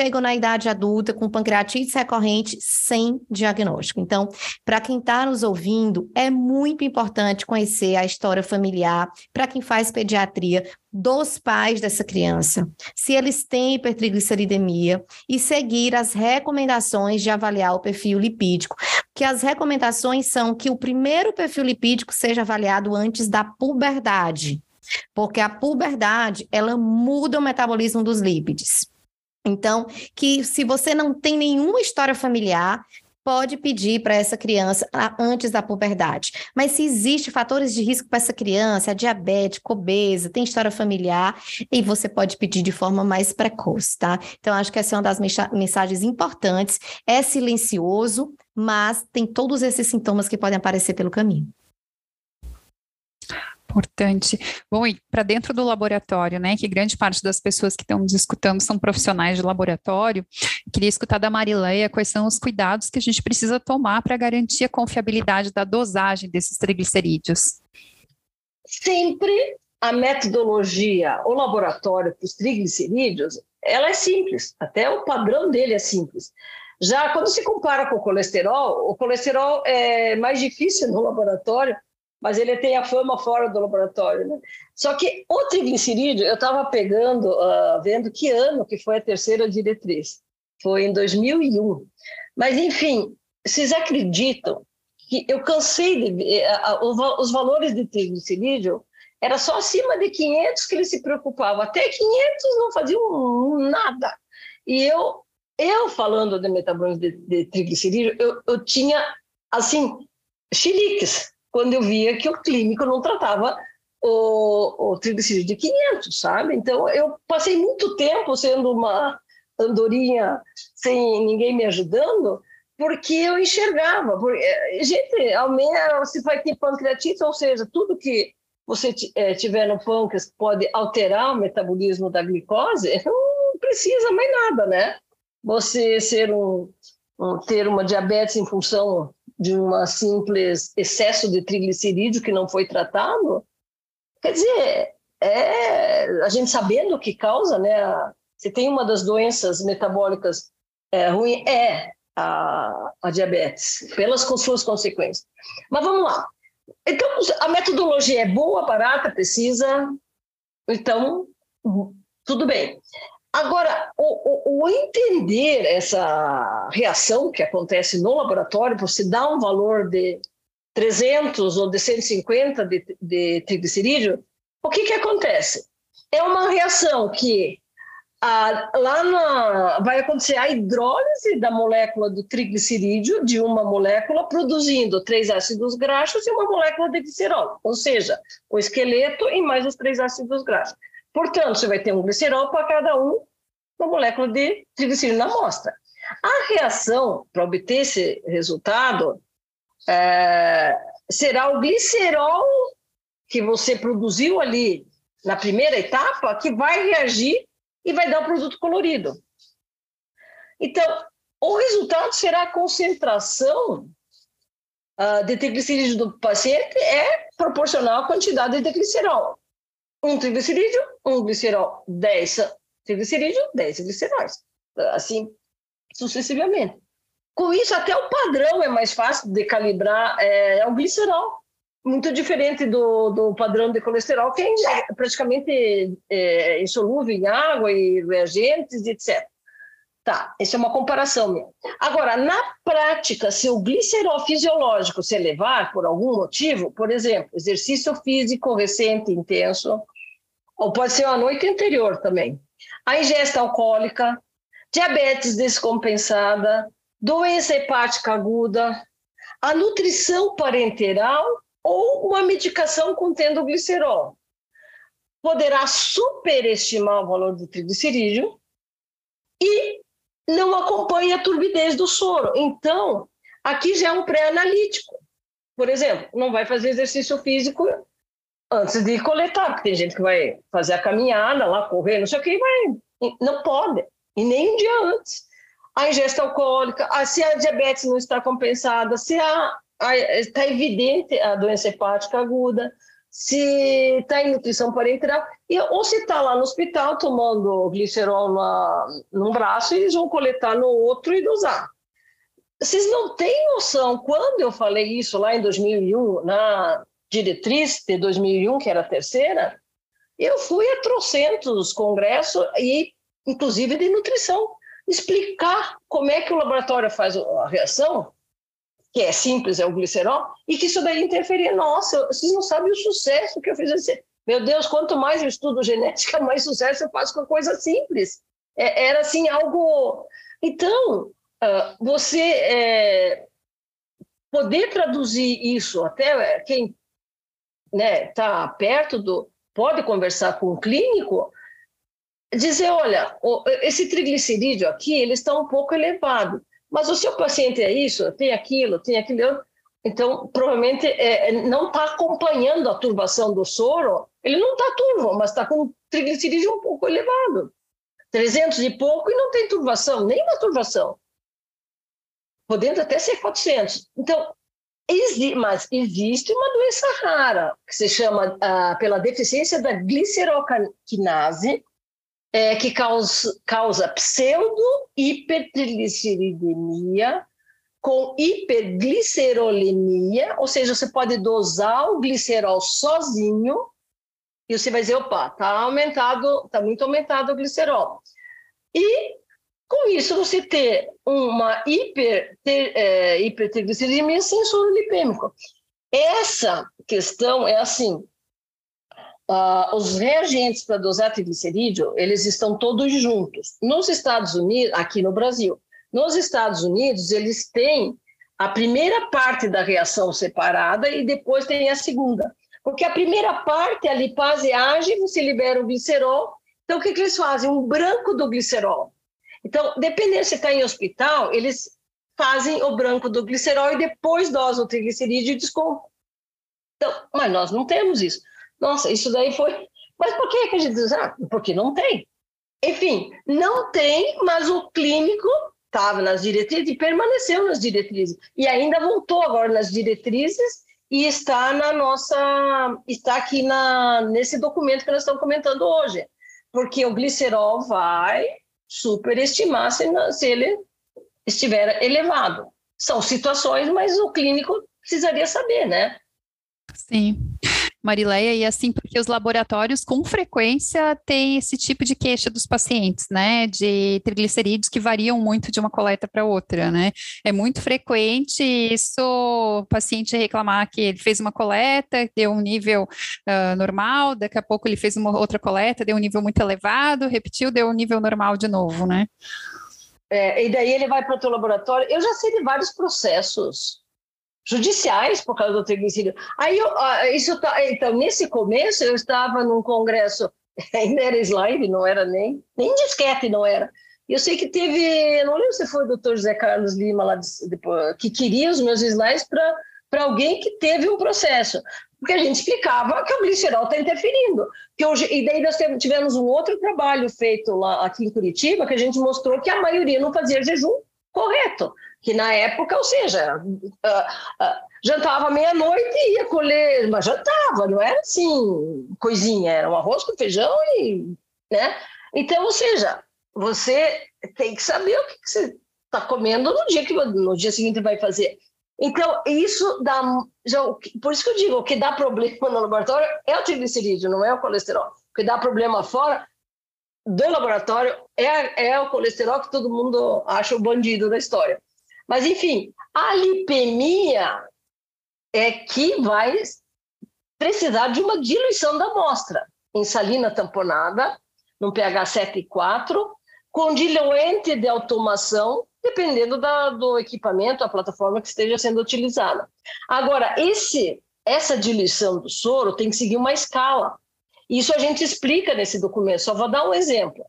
chegam na idade adulta com pancreatite recorrente sem diagnóstico. Então, para quem está nos ouvindo, é muito importante conhecer a história familiar, para quem faz pediatria, dos pais dessa criança, se eles têm hipertrigliceridemia, e seguir as recomendações de avaliar o perfil lipídico, que as recomendações são que o primeiro perfil lipídico seja avaliado antes da puberdade, porque a puberdade, ela muda o metabolismo dos lípides. Então, que se você não tem nenhuma história familiar, pode pedir para essa criança antes da puberdade. Mas se existem fatores de risco para essa criança, é diabética, obesa, tem história familiar, e você pode pedir de forma mais precoce, tá? Então, acho que essa é uma das mensagens importantes. É silencioso, mas tem todos esses sintomas que podem aparecer pelo caminho. Importante. Bom, e para dentro do laboratório, né, que grande parte das pessoas que estão nos escutando são profissionais de laboratório, queria escutar da Marileia quais são os cuidados que a gente precisa tomar para garantir a confiabilidade da dosagem desses triglicerídeos. Sempre a metodologia, o laboratório para os triglicerídeos, ela é simples, até o padrão dele é simples. Já quando se compara com o colesterol, o colesterol é mais difícil no laboratório, mas ele tem a fama fora do laboratório, né? Só que o triglicerídeo, eu estava pegando, uh, vendo que ano que foi a terceira diretriz. Foi em dois mil e um. Mas, enfim, vocês acreditam que eu cansei de ver uh, uh, os valores de triglicerídeo, era só acima de quinhentos que ele se preocupava. Até quinhentos não faziam nada. E eu, eu falando de metabolismo de, de triglicerídeo, eu, eu tinha, assim, chiliques, quando eu via que o clínico não tratava o, o triglicerídeo de quinhentos, sabe? Então, eu passei muito tempo sendo uma andorinha sem ninguém me ajudando, porque eu enxergava. Porque, gente, aumenta, se vai ter pancreatite, ou seja, tudo que você é, tiver no pâncreas pode alterar o metabolismo da glicose, não precisa mais nada, né? Você ser um, um, ter uma diabetes em função de um simples excesso de triglicerídeo que não foi tratado, quer dizer, é, a gente sabendo o que causa, né? Se tem uma das doenças metabólicas é, ruim, é a, a diabetes, pelas suas consequências. Mas vamos lá. Então, a metodologia é boa, barata, precisa, então, tudo bem. Agora, o, o, o entender essa reação que acontece no laboratório, você dá um valor de trezentos ou de cento e cinquenta de, de triglicerídeo, o que, que acontece? É uma reação que a, lá na, vai acontecer a hidrólise da molécula do triglicerídeo, de uma molécula, produzindo três ácidos graxos e uma molécula de glicerol, ou seja, o esqueleto e mais os três ácidos graxos. Portanto, você vai ter um glicerol para cada um, uma molécula de triglicerídeo na amostra. A reação para obter esse resultado é, será o glicerol que você produziu ali na primeira etapa que vai reagir e vai dar o produto colorido. Então, o resultado será a concentração uh, de triglicerídeo do paciente é proporcional à quantidade de glicerol. Um triglicerídeo, um glicerol, dez triglicerídeo, dez gliceróis. Assim, sucessivamente. Com isso, até o padrão é mais fácil de calibrar, é, é o glicerol. Muito diferente do, do padrão de colesterol, que é praticamente é, insolúvel em água e reagentes, etcétera. Tá, isso é uma comparação minha. Agora, na prática, se o glicerol fisiológico se elevar por algum motivo, por exemplo, exercício físico recente, intenso, ou pode ser a noite anterior também, a ingesta alcoólica, diabetes descompensada, doença hepática aguda, a nutrição parenteral ou uma medicação contendo glicerol, poderá superestimar o valor do triglicerídeo e não acompanha a turbidez do soro. Então, aqui já é um pré-analítico. Por exemplo, não vai fazer exercício físico antes de coletar, porque tem gente que vai fazer a caminhada lá, correr, não sei o que, vai, não pode, e nem um dia antes. A ingesta alcoólica, se a diabetes não está compensada, se está evidente a doença hepática aguda, se está em nutrição parenteral, e, ou se está lá no hospital tomando glicerol na, num braço, e eles vão coletar no outro e dosar. Vocês não têm noção, quando eu falei isso lá em dois mil e um, na diretriz de dois mil e um, que era a terceira, eu fui a trocentos congressos, e inclusive de nutrição, explicar como é que o laboratório faz a reação, que é simples, é o glicerol, e que isso daí interferia. Nossa, vocês não sabem o sucesso que eu fiz. Assim. Meu Deus, quanto mais eu estudo genética, mais sucesso eu faço com coisa simples. É, era assim, algo... Então, uh, você é, poder traduzir isso, até quem está, né, perto do... pode conversar com o clínico, dizer, olha, esse triglicerídeo aqui, ele está um pouco elevado. Mas o seu paciente é isso, tem aquilo, tem aquilo, então provavelmente é, não está acompanhando a turbação do soro, ele não está turvo, mas está com triglicerídeo um pouco elevado, trezentos e pouco e não tem turbação, nenhuma turbação, podendo até ser quatrocentos. Então, exi- mas existe uma doença rara, que se chama, ah, pela deficiência da glicerolquinase, É, que causa, causa pseudo-hipertrigliceridemia com hiperglicerolemia, ou seja, você pode dosar o glicerol sozinho e você vai dizer, opa, está aumentado, está muito aumentado o glicerol. E com isso você ter uma hiper, ter, é, hipertrigliceridemia sem soro lipêmico. Essa questão é assim, Uh, os reagentes para dosar triglicerídeo, eles estão todos juntos. Nos Estados Unidos, aqui no Brasil, nos Estados Unidos, eles têm a primeira parte da reação separada e depois tem a segunda. Porque a primeira parte, a lipase age, você libera o glicerol. Então, o que, que eles fazem? Um branco do glicerol. Então, dependendo se está em hospital, eles fazem o branco do glicerol e depois dosam o triglicerídeo e descontam. Então, mas nós não temos isso. Nossa, isso daí foi... Mas por que que a gente diz? Ah, porque não tem. Enfim, não tem, mas o clínico estava nas diretrizes e permaneceu nas diretrizes. E ainda voltou agora nas diretrizes e está na nossa... Está aqui na, nesse documento que nós estamos comentando hoje. Porque o glicerol vai superestimar se, se ele estiver elevado. São situações, mas o clínico precisaria saber, né? Sim. Marileia, e assim, porque os laboratórios com frequência têm esse tipo de queixa dos pacientes, né, de triglicerídeos que variam muito de uma coleta para outra, né, é muito frequente isso, o paciente reclamar que ele fez uma coleta, deu um nível uh, normal, daqui a pouco ele fez uma outra coleta, deu um nível muito elevado, repetiu, deu um nível normal de novo, né. É, e daí ele vai para o teu laboratório, eu já sei de vários processos judiciais por causa do triglicerídeo. Aí, eu, isso tá, então, nesse começo, eu estava num congresso, ainda era slide, não era nem, nem disquete, não era. Eu sei que teve, não lembro se foi o doutor José Carlos Lima, lá de, de, que queria os meus slides para alguém que teve um processo, porque a gente explicava que o glicerol está interferindo. Que hoje, e daí nós tivemos um outro trabalho feito lá aqui em Curitiba, que a gente mostrou que a maioria não fazia jejum correto. Que na época, ou seja, uh, uh, jantava meia-noite e ia colher, mas jantava, não era assim, coisinha, era um arroz com feijão e, né? Então, ou seja, você tem que saber o que, que você está comendo no dia, que, no dia seguinte vai fazer. Então, isso dá, já, por isso que eu digo, o que dá problema no laboratório é o triglicerídeo, não é o colesterol. O que dá problema fora do laboratório é, é o colesterol, que todo mundo acha o bandido da história. Mas, enfim, a lipemia é que vai precisar de uma diluição da amostra em salina tamponada, no pH sete vírgula quatro, com diluente de automação, dependendo da, do equipamento, a plataforma que esteja sendo utilizada. Agora, esse, essa diluição do soro tem que seguir uma escala. Isso a gente explica nesse documento, só vou dar um exemplo.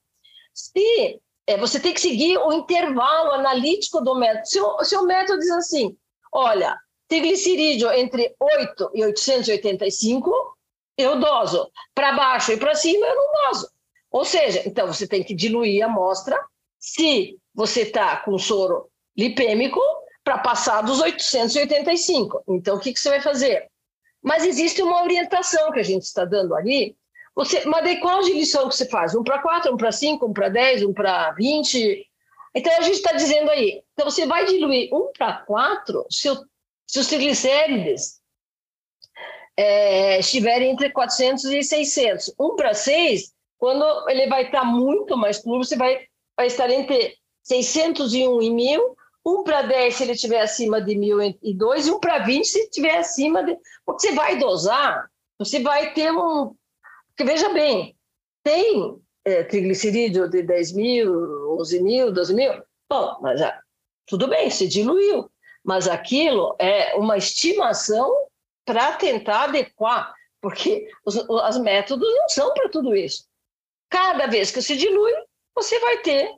Se É, você tem que seguir o intervalo analítico do método. Se o, se o método diz assim, olha, triglicerídeo entre oito e oitocentos e oitenta e cinco, eu doso. Para baixo e para cima, eu não doso. Ou seja, então você tem que diluir a amostra se você está com soro lipêmico para passar dos oitocentos e oitenta e cinco. Então, o que, que você vai fazer? Mas existe uma orientação que a gente está dando ali. Você, mas daí qual diluição que você faz? Um para quatro, um para cinco, um para dez, um para vinte? Então a gente está dizendo aí, então você vai diluir um para quatro se, se os triglicérides é, estiverem entre quatrocentos e seiscentos. um para seis, quando ele vai estar muito mais puro, você vai, vai estar entre seiscentos e um e mil. um para dez se ele estiver acima de mil e dois, e um para vinte se estiver acima de... Porque você vai dosar, você vai ter um... Porque veja bem, tem é, triglicerídeo de dez mil, onze mil, doze mil, bom, mas já, tudo bem, se diluiu, mas aquilo é uma estimação para tentar adequar, porque os, os métodos não são para tudo isso. Cada vez que se dilui, você vai ter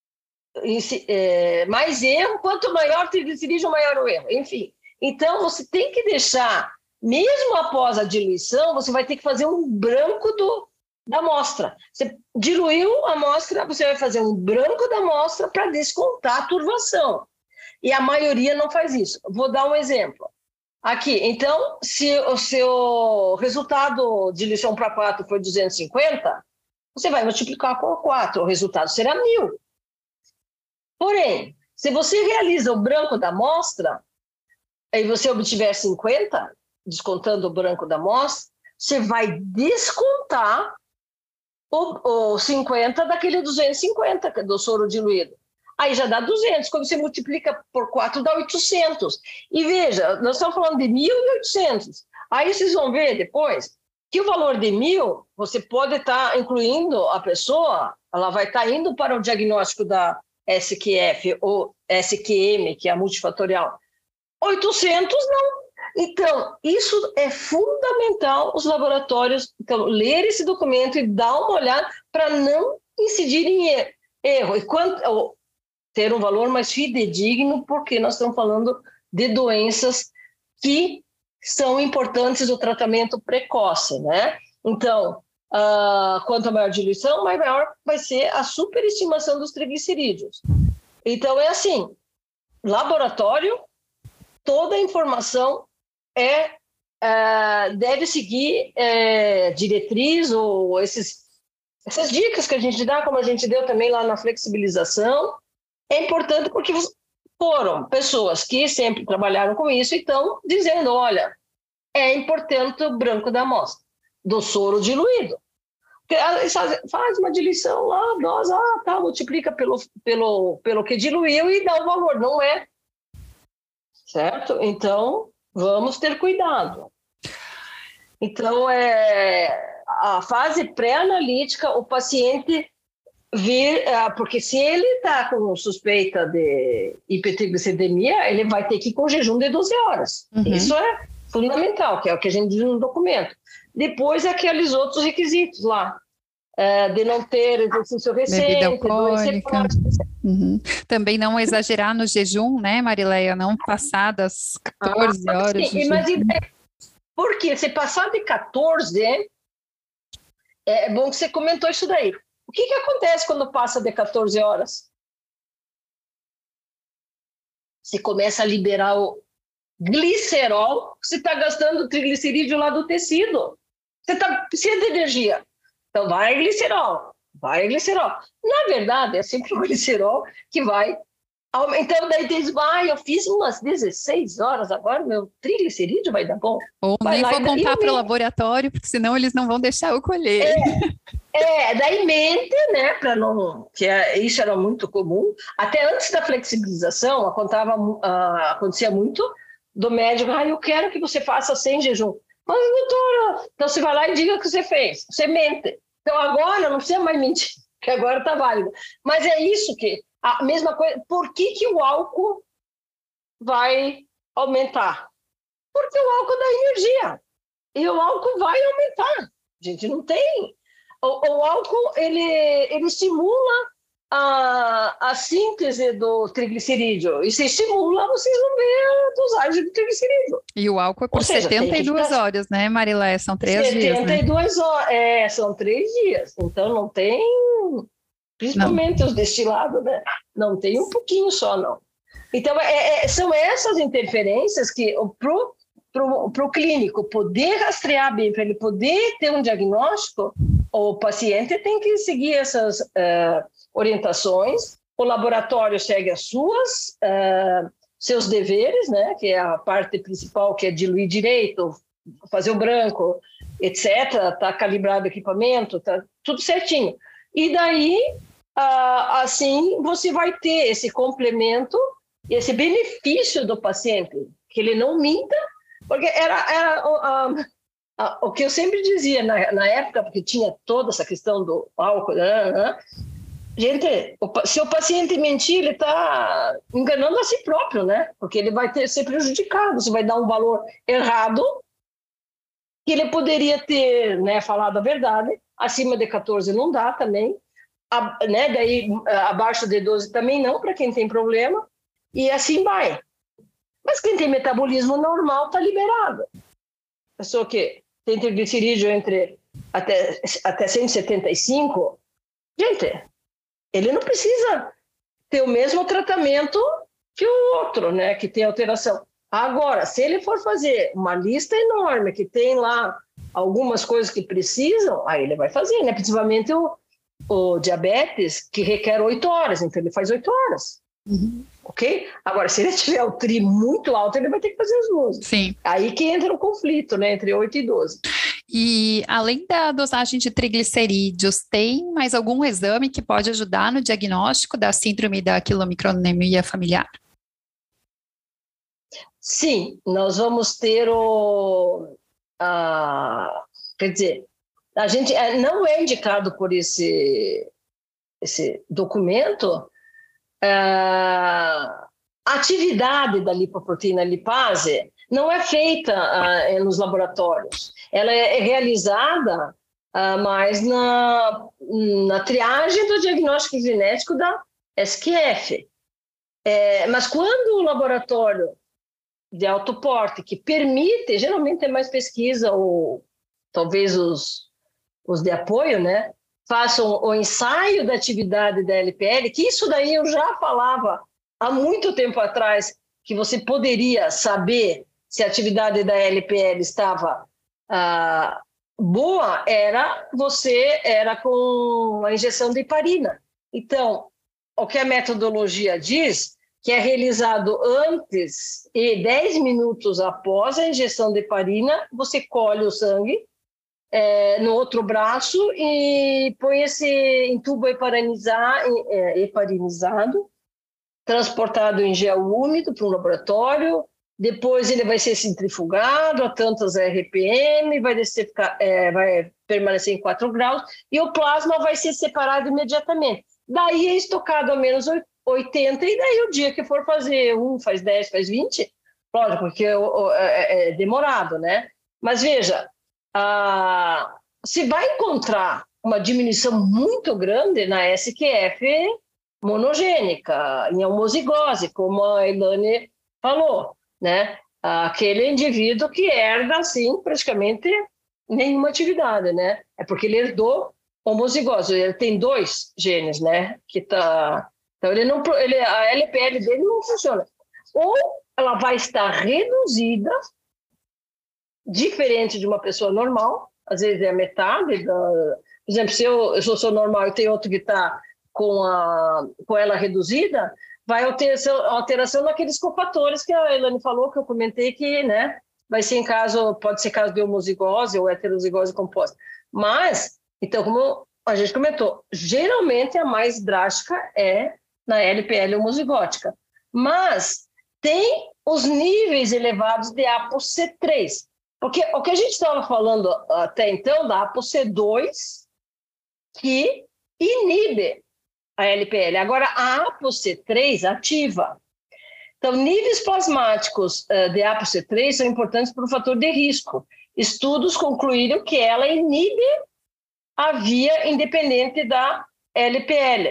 é, mais erro, quanto maior o triglicerídeo, maior o erro, enfim. Então, você tem que deixar, mesmo após a diluição, você vai ter que fazer um branco do, da amostra. Você diluiu a amostra, você vai fazer um branco da amostra para descontar a turvação. E a maioria não faz isso. Vou dar um exemplo. Aqui, então, se o seu resultado de diluição para quatro foi duzentos e cinquenta, você vai multiplicar por quatro, o resultado será mil. Porém, se você realiza o branco da amostra, e você obtiver cinquenta, descontando o branco da amostra, você vai descontar o, o cinquenta daquele duzentos e cinquenta, do soro diluído. Aí já dá duzentos, quando você multiplica por quatro dá oitocentos. E veja, nós estamos falando de mil e oitocentos. Aí vocês vão ver depois que o valor de mil, você pode estar incluindo a pessoa, ela vai estar indo para o diagnóstico da S Q F ou S Q M, que é a multifatorial. oitocentos não. Então, isso é fundamental os laboratórios então, ler esse documento e dar uma olhada para não incidir em erro. E quanto, ou, ter um valor mais fidedigno, porque nós estamos falando de doenças que são importantes do tratamento precoce, né? Então, uh, quanto maior a diluição, maior vai ser a superestimação dos triglicerídeos. Então, é assim, laboratório, toda a informação é, é, deve seguir é, diretriz ou esses, essas dicas que a gente dá, como a gente deu também lá na flexibilização. É importante porque foram pessoas que sempre trabalharam com isso e estão dizendo, olha, é importante o branco da amostra, do soro diluído. Faz uma diluição lá, dose, ah, tá, multiplica pelo, pelo, pelo que diluiu e dá o valor, não é? Certo? Então, vamos ter cuidado. Então, é, a fase pré-analítica, o paciente vir, porque se ele está com suspeita de hipertrigliceridemia, ele vai ter que ir com jejum de doze horas. Uhum. Isso é fundamental, que é o que a gente diz no documento. Depois, aqueles outros requisitos lá, é, de não ter exercício recente, doença. Uhum. Também não exagerar no jejum, né, Marileia? Não passar das quatorze ah, horas. Sim, mas porque se passar de quatorze, é bom que você comentou isso daí. O que, que acontece quando passa de quatorze horas? Você começa a liberar o glicerol, você está gastando o triglicerídeo lá do tecido. Você está precisando de energia. Então vai glicerol, vai glicerol. Na verdade, é sempre o glicerol que vai aumentar. Então daí diz, ah, eu fiz umas dezesseis horas, agora meu triglicerídeo vai dar bom. Ou vai nem lá, vou contar para o laboratório, porque senão eles não vão deixar eu colher. É, é daí mente, né, para não... que é, isso era muito comum. Até antes da flexibilização, acontava, uh, acontecia muito do médico, ah, eu quero que você faça sem jejum. Mas, doutora, então você vai lá e diga o que você fez. Você mente. Então agora não precisa mais mentir, que agora está válido. Mas é isso que... A mesma coisa... Por que, que o álcool vai aumentar? Porque o álcool dá energia. E o álcool vai aumentar. A gente não tem... O, o álcool, ele, ele estimula a, a síntese do triglicerídeo. E se estimula, vocês vão ver a dosagem do triglicerídeo. E o álcool é por seja, setenta e duas horas, né, Marileia? São três dias, né? setenta e duas horas, é, são três dias. Então, não tem... Principalmente não. Os destilados, né? Não tem um pouquinho só, não. Então, é, é, são essas interferências que, para para o clínico poder rastrear bem, para ele poder ter um diagnóstico, o paciente tem que seguir essas uh, orientações, o laboratório segue as suas, uh, seus deveres, né, que é a parte principal, que é diluir direito, fazer o branco, etcétera, tá calibrado o equipamento, tá tudo certinho. E daí, uh, assim, você vai ter esse complemento, esse benefício do paciente, que ele não minta, porque era, era uh, uh, uh, o que eu sempre dizia na, na época, porque tinha toda essa questão do álcool, né, né? Gente, se o paciente mentir, ele está enganando a si próprio, né? Porque ele vai ter, ser prejudicado, você vai dar um valor errado, que ele poderia ter, né, falado a verdade, acima de quatorze não dá também, a, né, daí abaixo de doze também não, para quem tem problema, e assim vai. Mas quem tem metabolismo normal está liberado. Pessoa que tem triglicerídeo entre até, até cento e setenta e cinco, gente, ele não precisa ter o mesmo tratamento que o outro, né, que tem alteração. Agora, se ele for fazer uma lista enorme, que tem lá algumas coisas que precisam, aí ele vai fazer, né? Principalmente o, o diabetes, que requer oito horas, então ele faz oito horas. Uhum. Ok? Agora, se ele tiver o tri muito alto, ele vai ter que fazer as duas. Sim. Aí que entra o conflito, né, entre oito e doze. E além da dosagem de triglicerídeos, tem mais algum exame que pode ajudar no diagnóstico da síndrome da quilomicronemia familiar? Sim, nós vamos ter o... A, quer dizer, a gente não é indicado por esse, esse documento a atividade da lipoproteína lipase não é feita uh, nos laboratórios. Ela é realizada uh, mais na, na triagem do diagnóstico genético da S Q F. É, mas quando o laboratório de alto porte, que permite, geralmente é mais pesquisa, ou talvez os, os de apoio, né, façam o ensaio da atividade da L P L, que isso daí eu já falava há muito tempo atrás, que você poderia saber se a atividade da L P L estava ah, boa, era você era com a injeção de heparina. Então, o que a metodologia diz, que é realizado antes e dez minutos após a injeção de heparina, você colhe o sangue é, no outro braço e põe esse em tubo heparinizado, é, heparinizado, transportado em gel úmido para um laboratório. Depois ele vai ser centrifugado a tantas R P M, vai, descer, é, vai permanecer em quatro graus e o plasma vai ser separado imediatamente. Daí é estocado a menos oitenta e daí o dia que for fazer um, faz dez, faz vinte, lógico, porque é, é demorado, né? Mas veja, ah, se vai encontrar uma diminuição muito grande na S Q F monogênica, em homozigose, como a Elaine falou, né? Aquele indivíduo que herda, assim, praticamente nenhuma atividade, né? É porque ele herdou homozigose, ele tem dois genes, né? Que tá... Então, ele não, ele, a L P L dele não funciona. Ou ela vai estar reduzida, diferente de uma pessoa normal, às vezes é a metade. Da, por exemplo, se eu, eu sou, sou normal e tem outro que está com, a, com ela reduzida, vai alteração, alteração naqueles cofatores que a Elaine falou, que eu comentei que, né, vai ser em caso, pode ser caso de homozigose ou heterozigose composta. Mas, então, como a gente comentou, geralmente a mais drástica é na L P L homozigótica. Mas tem os níveis elevados de A P O C três. Porque o que a gente estava falando até então da A P O C dois, que inibe a L P L. Agora, a A P O C três ativa. Então, níveis plasmáticos uh, de A P O C três são importantes para o fator de risco. Estudos concluíram que ela inibe a via independente da L P L,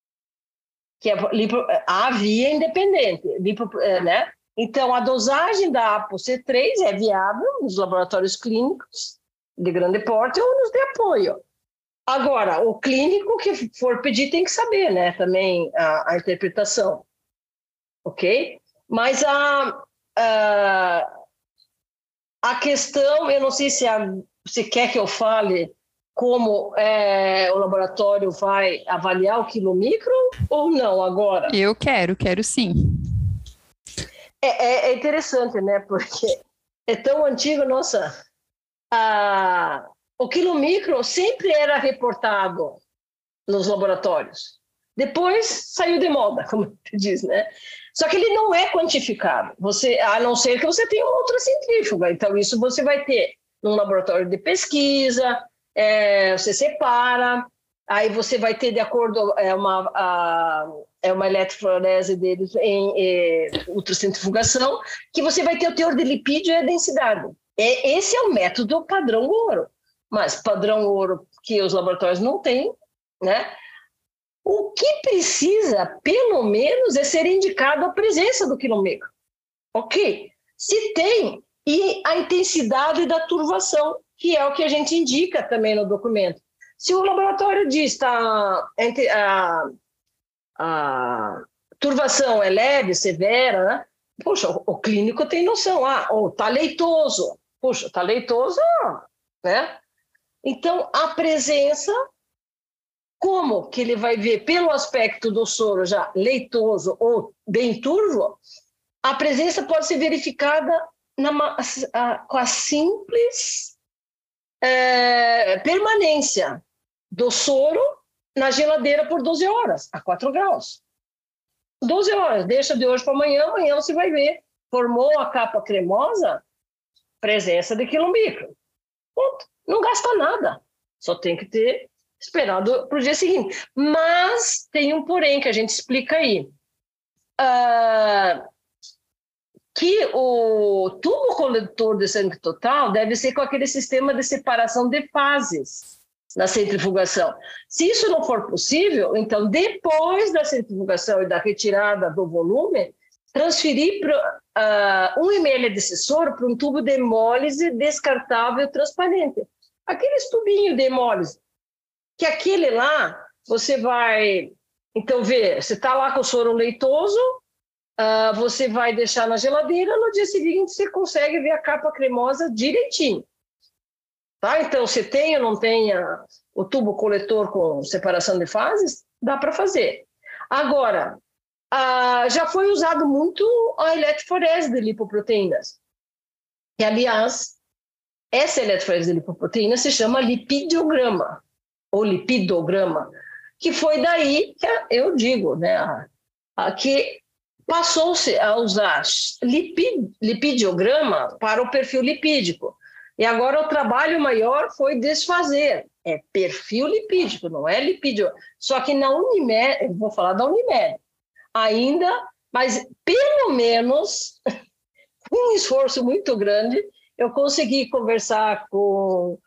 que é a via independente, lipo, né? Então, a dosagem da A P O C três é viável nos laboratórios clínicos de grande porte ou nos de apoio. Agora, o clínico que for pedir tem que saber, né, também a, a interpretação, ok? Mas a, a, questão, eu não sei se a, você quer que eu fale como é, o laboratório vai avaliar o quilomicro ou não agora? Eu quero, quero sim. É, é, é interessante, né? Porque é tão antigo, nossa. A, o quilomicro sempre era reportado nos laboratórios. Depois saiu de moda, como você diz, né? Só que ele não é quantificado, você, a não ser que você tenha uma outra centrífuga. Então, isso você vai ter num laboratório de pesquisa, é, você separa, aí você vai ter, de acordo, é uma, a, é uma eletroforese deles em é, ultracentrifugação, que você vai ter o teor de lipídio e a densidade. É, esse é o método padrão ouro. Mas padrão ouro que os laboratórios não têm, né? O que precisa, pelo menos, é ser indicado a presença do quilomicro. Ok? Se tem, e a intensidade da turvação, que é o que a gente indica também no documento. Se o laboratório diz que a, a, a turvação é leve, severa, né? Poxa, o, o clínico tem noção. Ah, ou está leitoso. Puxa, está leitoso, né? Então, a presença... Como que ele vai ver, pelo aspecto do soro já leitoso ou bem turvo, a presença pode ser verificada na, a, com a simples é, permanência do soro na geladeira por doze horas, a quatro graus. doze horas, deixa de hoje para amanhã, amanhã você vai ver. Formou a capa cremosa, presença de quilomicro. Ponto. Não gasta nada, só tem que ter... esperado para o dia seguinte. Mas tem um porém que a gente explica aí. Uh, que o tubo coletor de sangue total deve ser com aquele sistema de separação de fases na centrifugação. Se isso não for possível, então, depois da centrifugação e da retirada do volume, transferir para uh, um mililitro desse soro para um tubo de hemólise descartável transparente. Aqueles tubinhos de hemólise, que aquele lá, você vai, então, ver, você está lá com o soro leitoso, uh, você vai deixar na geladeira, no dia seguinte você consegue ver a capa cremosa direitinho. Tá? Então, se tem ou não tem a, o tubo coletor com separação de fases, dá para fazer. Agora, uh, já foi usado muito a eletroforese de lipoproteínas. E, aliás, essa eletroforese de lipoproteínas se chama lipidiograma, ou lipidograma, que foi daí que eu digo, né, a, a, que passou-se a usar lipid, lipidiograma para o perfil lipídico. E agora o trabalho maior foi desfazer. É perfil lipídico, não é lipídio. Só que na Unimed, vou falar da Unimed, ainda, mas pelo menos, com um esforço muito grande, eu consegui conversar com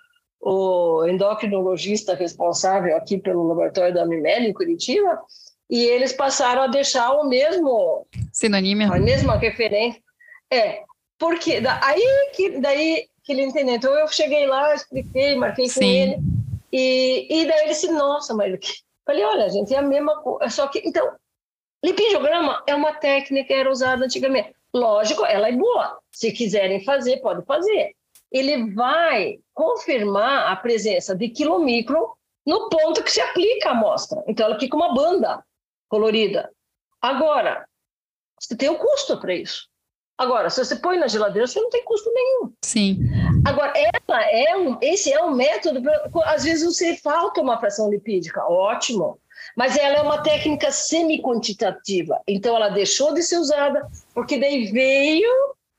o endocrinologista responsável aqui pelo laboratório da Unimed em Curitiba, e eles passaram a deixar o mesmo... Sinonímia. A mesma referência. É, porque da, aí que, daí que ele entendeu. Então eu cheguei lá, expliquei, marquei com Sim. ele, e, e daí ele disse, nossa, mas o que... Falei, olha, gente, é a mesma coisa, só que, então, lipidiograma é uma técnica que era usada antigamente. Lógico, ela é boa. Se quiserem fazer, pode fazer. Ele vai confirmar a presença de quilomicro no ponto que se aplica a amostra. Então, ela fica uma banda colorida. Agora, você tem um custo para isso. Agora, se você põe na geladeira, você não tem custo nenhum. Sim. Agora, ela é um, esse é um método, pra, às vezes você falta uma fração lipídica, ótimo, mas ela é uma técnica semi-quantitativa. Então, ela deixou de ser usada, porque daí veio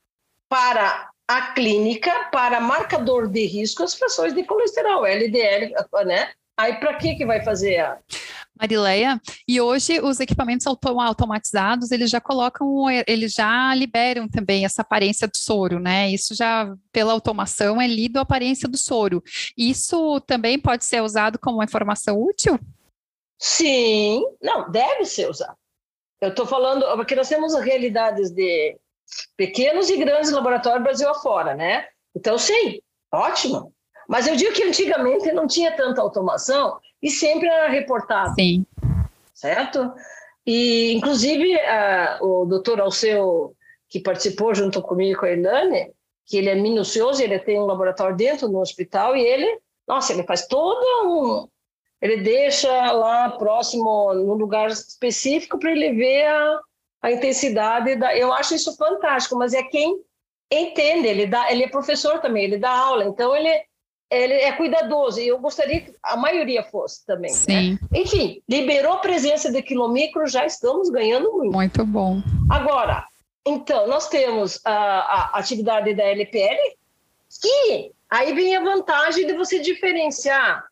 para a clínica, para marcador de risco, as frações de colesterol, L D L, né? Aí, para que que vai fazer a... Marileia, e hoje os equipamentos autom- automatizados, eles já colocam, eles já liberam também essa aparência do soro, né? Isso já, pela automação, é lido a aparência do soro. Isso também pode ser usado como uma informação útil? Sim, não, deve ser usado. Eu estou falando, porque nós temos realidades de pequenos e grandes laboratórios Brasil afora, né? Então, sim, ótimo. Mas eu digo que antigamente não tinha tanta automação e sempre era reportado. Sim. Certo? E, inclusive, a, o doutor Alceu, que participou junto comigo com a Ilane, que ele é minucioso, ele tem um laboratório dentro do hospital e ele, nossa, ele faz todo um... Ele deixa lá próximo, num lugar específico, para ele ver a, a intensidade. Da, eu acho isso fantástico, mas é quem entende, ele, dá, ele é professor também, ele dá aula, então ele, ele é cuidadoso, e eu gostaria que a maioria fosse também. Sim. Né? Enfim, liberou a presença de quilomicro, já estamos ganhando muito. Muito bom. Agora, então, nós temos a, a atividade da L P L, que aí vem a vantagem de você diferenciar,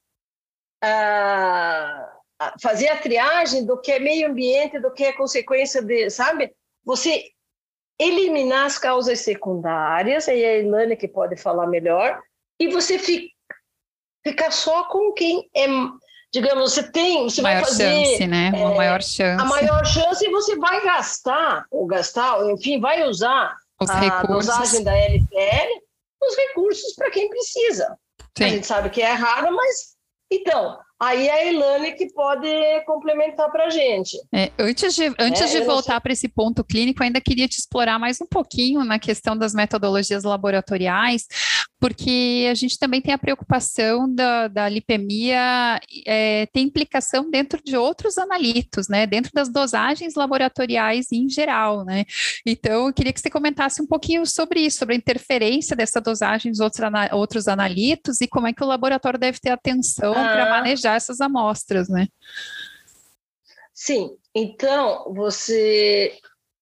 a, a fazer a triagem do que é meio ambiente, do que é consequência de, sabe? Você eliminar as causas secundárias, aí é a Elaine que pode falar melhor, e você fica, ficar só com quem é, digamos, você tem, você maior vai fazer... chance, né? Uma é, maior chance. A maior chance e você vai gastar, ou gastar, enfim, vai usar os a recursos. dosagem da L P L, os recursos para quem precisa. Sim. A gente sabe que é raro, mas... Então, aí é a Elaine que pode complementar para a gente. É, antes de, antes É, de eu não voltar para esse ponto clínico, eu ainda queria te explorar mais um pouquinho na questão das metodologias laboratoriais, porque a gente também tem a preocupação da, da lipemia, é, tem implicação dentro de outros analitos, né? Dentro das dosagens laboratoriais em geral, né? Então, eu queria que você comentasse um pouquinho sobre isso, sobre a interferência dessa dosagem dos outros, ana, outros analitos e como é que o laboratório deve ter atenção Ah. para manejar essas amostras, né? Sim, então você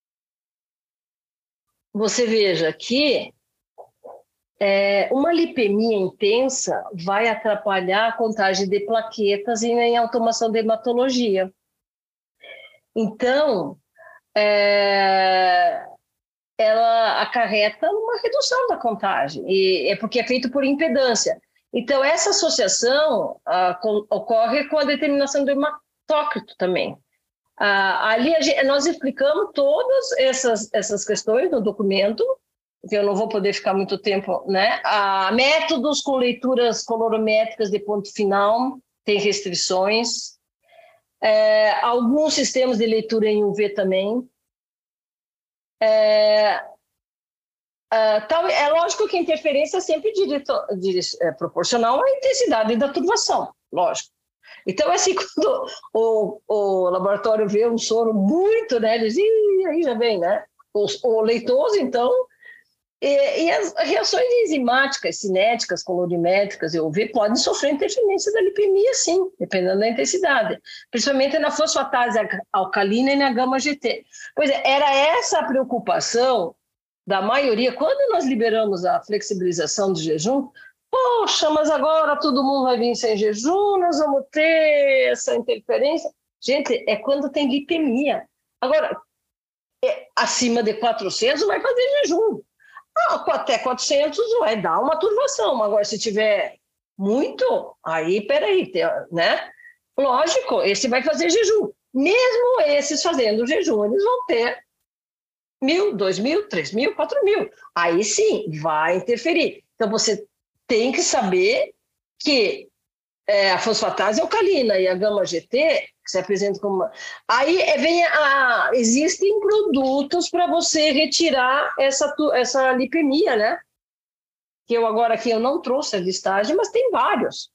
você veja que é, uma lipemia intensa vai atrapalhar a contagem de plaquetas e em automação de hematologia. Então, é, ela acarreta uma redução da contagem, e é porque é feito por impedância. Então, essa associação ah, com, ocorre com a determinação do hematócrito também. Ah, ali a gente, nós explicamos todas essas, essas questões no documento, que eu não vou poder ficar muito tempo, né? Ah, métodos com leituras colorimétricas de ponto final, tem restrições. É, alguns sistemas de leitura em U V também. É, Uh, tal, é lógico que a interferência é sempre dirito, dirito, é, proporcional à intensidade da turbação, lógico. Então, assim, quando o, o laboratório vê um soro muito, né, eles, Ih, aí já vem, né? O, o leitoso, então, e, e as reações enzimáticas, cinéticas, colorimétricas e U V podem sofrer interferência da lipemia, sim, dependendo da intensidade, principalmente na fosfatase alcalina e na gama-G T. Pois é, era essa a preocupação da maioria, quando nós liberamos a flexibilização do jejum, poxa, mas agora todo mundo vai vir sem jejum, nós vamos ter essa interferência. Gente, é quando tem lipemia. Agora, é, acima de quatrocentos vai fazer jejum. Ah, até quatrocentos vai dar uma turbação. Agora, se tiver muito, aí, peraí, né? Lógico, esse vai fazer jejum. Mesmo esses fazendo jejum, eles vão ter mil, dois mil, três mil, quatro mil. Aí sim, vai interferir. Então, você tem que saber que é, a fosfatase alcalina e a gama-G T, que se apresenta como... Uma... Aí vem a... existem produtos para você retirar essa, essa lipemia, né? Que eu agora aqui eu não trouxe a listagem, mas tem vários.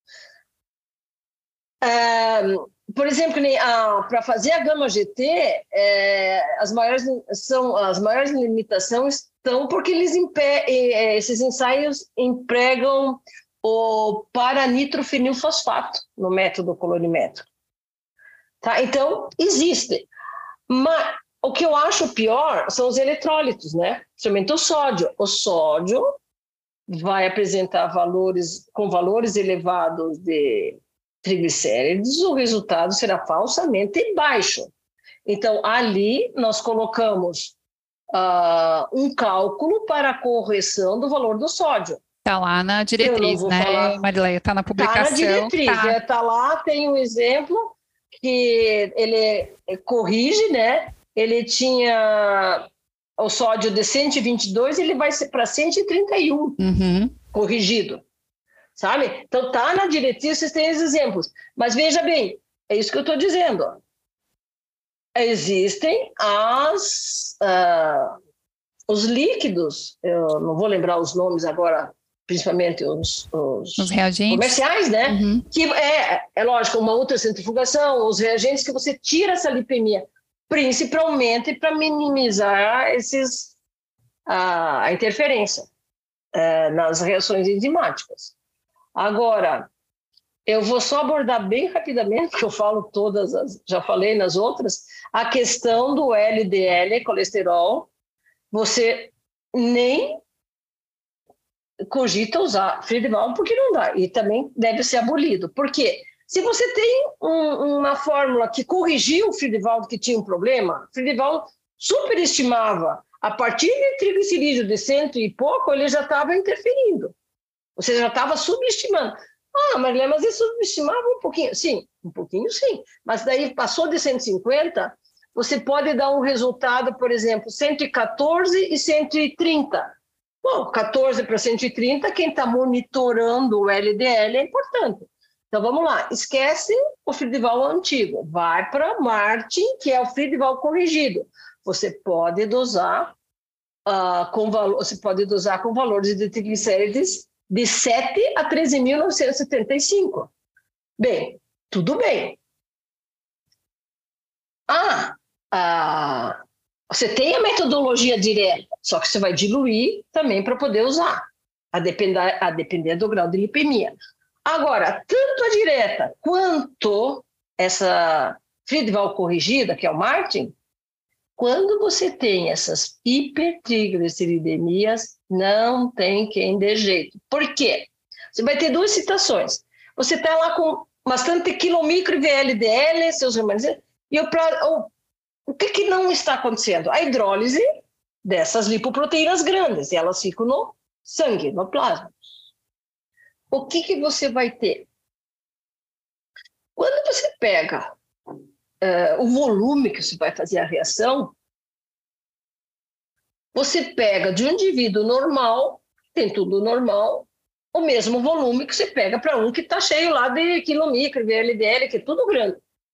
É... Por exemplo, para fazer a gama-G T, é, as, maiores, são, as maiores limitações estão porque eles impe, esses ensaios empregam o paranitrofenilfosfato no método colorimétrico. Tá? Então, existe. Mas o que eu acho pior são os eletrólitos, né? Principalmente o sódio. O sódio vai apresentar valores com valores elevados de triglicéridos, o resultado será falsamente baixo. Então, ali nós colocamos uh, um cálculo para a correção do valor do sódio. Está lá na diretriz, né, falar... Marileia? Está na publicação. Está na diretriz, está tá. é, tá lá, tem um exemplo que ele corrige, né? Ele tinha o sódio de cento e vinte e dois, ele vai para cento e trinta e um, uhum. corrigido. Sabe? Então, tá na diretriz, vocês têm os exemplos. Mas veja bem, é isso que eu estou dizendo. Existem as, uh, os líquidos, eu não vou lembrar os nomes agora, principalmente os, os, os reagentes comerciais, né? Uhum. Que é, é lógico, uma ultracentrifugação, os reagentes que você tira essa lipemia, principalmente para minimizar esses, a, a interferência é, nas reações enzimáticas. Agora, eu vou só abordar bem rapidamente, porque eu falo todas, as, já falei nas outras, a questão do L D L, colesterol. Você nem cogita usar Friedewald porque não dá, e também deve ser abolido. Por quê? Se você tem um, uma fórmula que corrigiu o Friedewald que tinha um problema, Friedewald superestimava, a partir de triglicerídeo de cento e pouco, ele já estava interferindo. Você já estava subestimando. Ah, Marilé, mas ele subestimava um pouquinho. Sim, um pouquinho sim. Mas daí passou de cento e cinquenta, você pode dar um resultado, por exemplo, cento e quatorze e cento e trinta. Bom, quatorze para cento e trinta, quem está monitorando o L D L é importante. Então, vamos lá. Esquece o Friedewald antigo. Vai para Martin, que é o Friedewald corrigido. Você pode dosar, uh, com, valor, você pode dosar com valores de triglicérides de sete a treze mil novecentos e setenta e cinco. Bem, tudo bem. Ah, ah, você tem a metodologia direta, só que você vai diluir também para poder usar, a depender, a depender do grau de lipemia. Agora, tanto a direta quanto essa Friedewald corrigida, que é o Martin, quando você tem essas hipertrigliceridemias, não tem quem dê jeito. Por quê? Você vai ter duas situações. Você está lá com bastante quilomicro e V L D L, seus remanescentes, e o, o, o que, que não está acontecendo? A hidrólise dessas lipoproteínas grandes, e elas ficam no sangue, no plasma. O que, que você vai ter? Quando você pega uh, o volume que você vai fazer a reação, você pega de um indivíduo normal, tem tudo normal, o mesmo volume que você pega para um que está cheio lá de quilomicro, V L D L, que é tudo grande.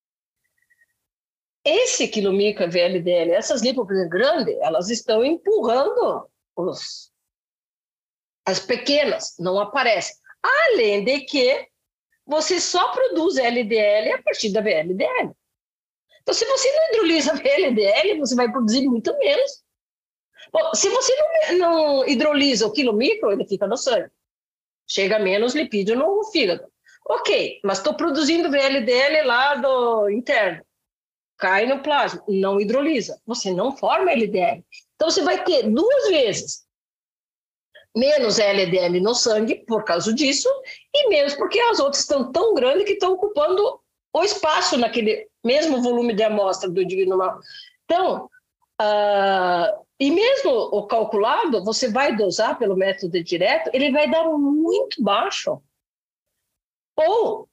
Esse quilomicro, V L D L, essas lipoproteínas grandes, elas estão empurrando os, as pequenas, não aparecem. Além de que você só produz L D L a partir da V L D L. Então, se você não hidrolisa a V L D L, você vai produzir muito menos. Bom, se você não, não hidrolisa o quilomicro, ele fica no sangue. Chega menos lipídio no fígado. Ok, mas estou produzindo V L D L lá do interno. Cai no plasma, não hidrolisa. Você não forma L D L. Então, você vai ter duas vezes menos L D L no sangue por causa disso, e menos porque as outras estão tão grandes que estão ocupando o espaço naquele mesmo volume de amostra do indivíduo normal. Então, uh, e mesmo o calculado, você vai dosar pelo método direto, ele vai dar muito baixo. Ou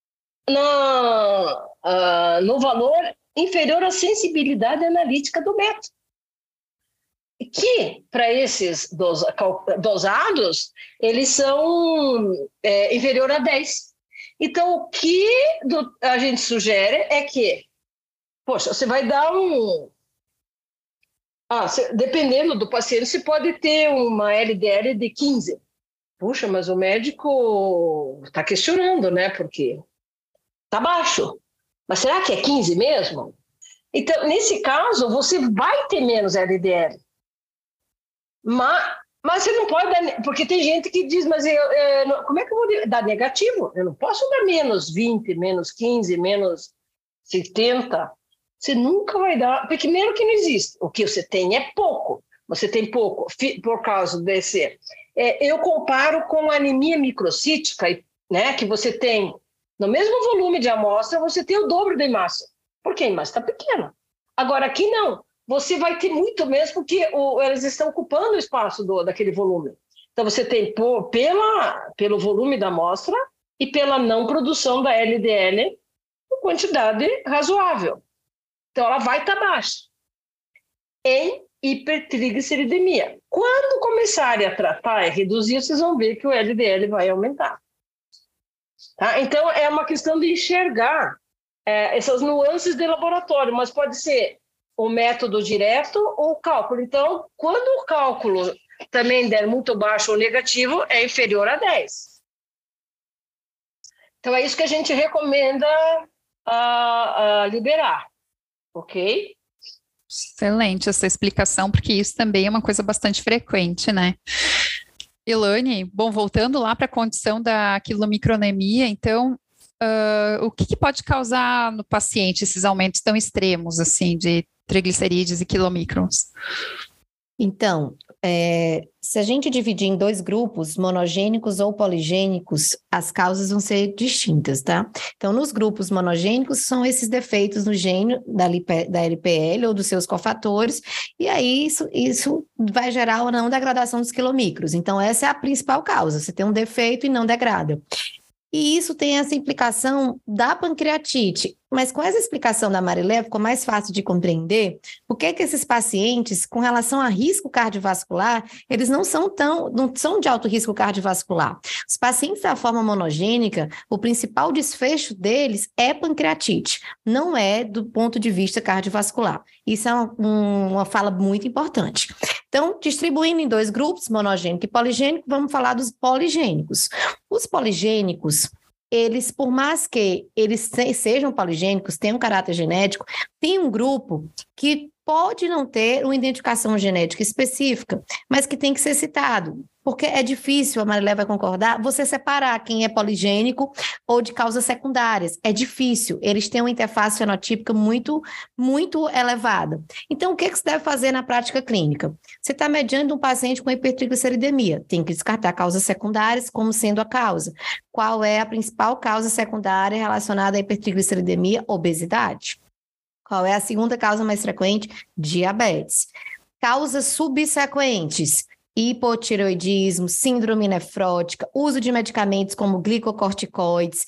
no, uh, no valor inferior à sensibilidade analítica do método. Que, para esses dos, dosados, eles são é, inferior a dez. Então, o que do, a gente sugere é que, poxa, você vai dar um... Ah, você, dependendo do paciente, você pode ter uma L D L de quinze. Puxa, mas o médico está questionando, né? Porque está baixo. Mas será que é quinze mesmo? Então, nesse caso, você vai ter menos L D L. Mas, mas você não pode dar... Porque tem gente que diz, mas eu, eu, como é que eu vou dar negativo? Eu não posso dar menos vinte, menos quinze, menos setenta. Você nunca vai dar... Porque primeiro que não existe. O que você tem é pouco. Você tem pouco por causa desse... É, eu comparo com a anemia microcítica, né, que você tem, no mesmo volume de amostra, você tem o dobro da hemácia. Porque a hemácia está pequena. Agora, aqui não. Você vai ter muito mesmo, porque o, eles estão ocupando o espaço do, daquele volume. Então, você tem por, pela, pelo volume da amostra e pela não produção da L D L em quantidade razoável. Então, ela vai estar baixa. Em hipertrigliceridemia. Quando começarem a tratar e reduzir, vocês vão ver que o L D L vai aumentar. Tá? Então, é uma questão de enxergar é, essas nuances de laboratório, mas pode ser o método direto ou o cálculo. Então, quando o cálculo também der muito baixo ou negativo, é inferior a dez. Então, é isso que a gente recomenda a, a liberar, ok? Excelente essa explicação, porque isso também é uma coisa bastante frequente, né? Elaine, bom, voltando lá para a condição da quilomicronemia, então, uh, o que, que pode causar no paciente esses aumentos tão extremos, assim, de triglicerídeos e quilomicrons? Então, é, se a gente dividir em dois grupos, monogênicos ou poligênicos, as causas vão ser distintas, tá? Então, nos grupos monogênicos, são esses defeitos no gene da, da L P L ou dos seus cofatores, e aí isso, isso vai gerar ou não degradação dos quilomicros. Então, essa é a principal causa, você tem um defeito e não degrada. E isso tem essa implicação da pancreatite. Mas com essa explicação da Marilé, ficou mais fácil de compreender por que que esses pacientes, com relação a risco cardiovascular, eles não são tão, não são de alto risco cardiovascular. Os pacientes da forma monogênica, o principal desfecho deles é pancreatite, não é do ponto de vista cardiovascular. Isso é uma, uma fala muito importante. Então, distribuindo em dois grupos, monogênico e poligênico, vamos falar dos poligênicos. Os poligênicos, eles, por mais que eles sejam poligênicos, tenham um caráter genético, tem um grupo que pode não ter uma identificação genética específica, mas que tem que ser citado, porque é difícil, a Marilé vai concordar, você separar quem é poligênico ou de causas secundárias. É difícil, eles têm uma interface fenotípica muito, muito elevada. Então, o que, que você deve fazer na prática clínica? Você está mediando um paciente com hipertrigliceridemia, tem que descartar causas secundárias como sendo a causa. Qual é a principal causa secundária relacionada à hipertrigliceridemia? Obesidade. Qual é a segunda causa mais frequente? Diabetes. Causas subsequentes: hipotireoidismo, síndrome nefrótica, uso de medicamentos como glicocorticoides,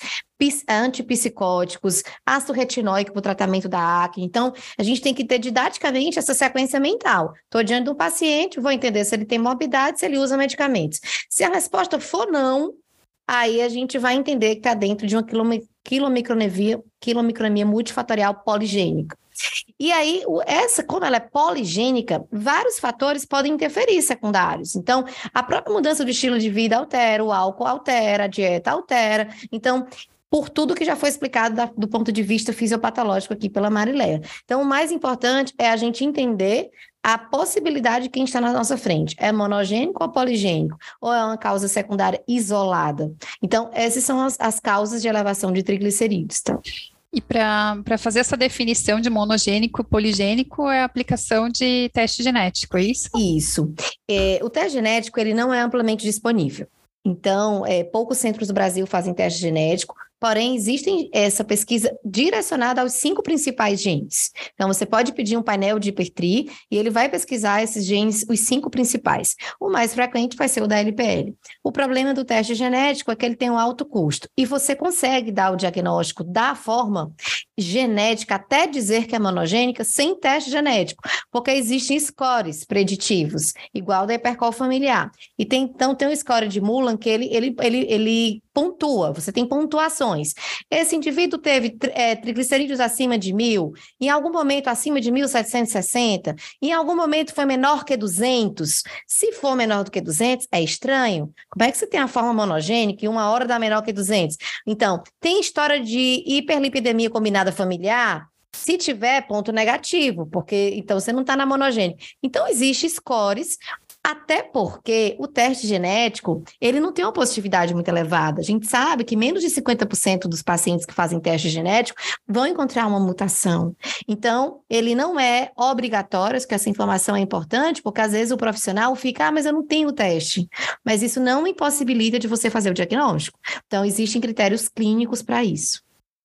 antipsicóticos, ácido retinóico para o tratamento da acne. Então, a gente tem que ter didaticamente essa sequência mental. Estou diante de um paciente, vou entender se ele tem morbidade, se ele usa medicamentos. Se a resposta for não, aí a gente vai entender que está dentro de uma quilomicronemia, quilomicronemia multifatorial poligênica. E aí, essa, como ela é poligênica, vários fatores podem interferir secundários. Então, a própria mudança do estilo de vida altera, o álcool altera, a dieta altera. Então, por tudo que já foi explicado da, do ponto de vista fisiopatológico aqui pela Mariléia. Então, o mais importante é a gente entender a possibilidade de quem está na nossa frente. É monogênico ou poligênico? Ou é uma causa secundária isolada? Então, essas são as, as causas de elevação de triglicerídeos, tá? E para fazer essa definição de monogênico e poligênico é a aplicação de teste genético, é isso? Isso. É, o teste genético, ele não é amplamente disponível. Então, é, poucos centros do Brasil fazem teste genético, porém, existe essa pesquisa direcionada aos cinco principais genes. Então, você pode pedir um painel de Hipertri e ele vai pesquisar esses genes, os cinco principais. O mais frequente vai ser o da L P L. O problema do teste genético é que ele tem um alto custo. E você consegue dar o diagnóstico da forma genética, até dizer que é monogênica, sem teste genético, porque existem scores preditivos, igual da hipercol familiar. E tem, então, tem um score de Mullen que ele, ele, ele, ele pontua, você tem pontuações. Esse indivíduo teve é, triglicerídeos acima de mil, em algum momento acima de mil setecentos e sessenta, em algum momento foi menor que duzentos. Se for menor do que duzentos, é estranho. Como é que você tem a forma monogênica e uma hora dá menor que duzentos? Então, tem história de hiperlipidemia combinada familiar? Se tiver, ponto negativo, porque então você não está na monogênica. Então, existe scores. Até porque o teste genético, ele não tem uma positividade muito elevada. A gente sabe que menos de cinquenta por cento dos pacientes que fazem teste genético vão encontrar uma mutação. Então, ele não é obrigatório, que essa informação é importante, porque às vezes o profissional fica, ah, mas eu não tenho teste. Mas isso não impossibilita de você fazer o diagnóstico. Então, existem critérios clínicos para isso.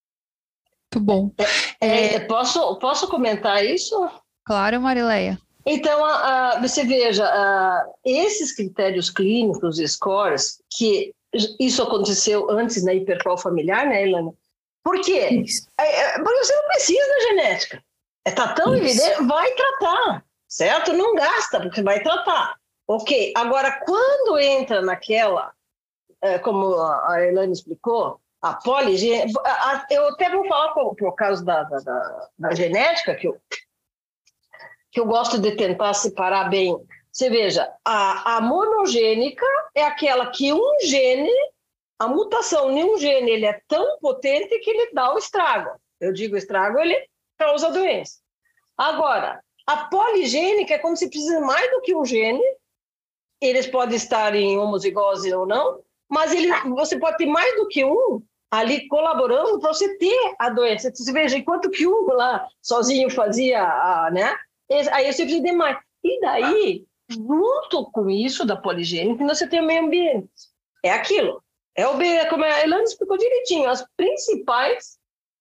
Muito bom. É, é, posso, posso comentar isso? Claro, Mariléia. Então, uh, você veja, uh, esses critérios clínicos, scores, que isso aconteceu antes na hipercol familiar, né, Ilana? Por quê? É, porque você não precisa da genética. Está tão isso. evidente, vai tratar, certo? Não gasta, porque vai tratar. Ok, agora, quando entra naquela, é, como a Ilana explicou, a poligênica, eu até vou falar por, por causa da, da, da, da genética, que eu que eu gosto de tentar separar bem. Você veja, a, a monogênica é aquela que um gene, a mutação em um gene, ele é tão potente que ele dá o estrago. Eu digo estrago, ele causa a doença. Agora, a poligênica é como se precisa mais do que um gene, eles podem estar em homozigose ou não, mas ele, você pode ter mais do que um ali colaborando para você ter a doença. Você veja, enquanto que um lá sozinho fazia, a, né? Aí você precisa de mais. E daí, junto com isso da poligênica, você tem o meio ambiente. É aquilo. É o B, como a Elaine explicou direitinho, as principais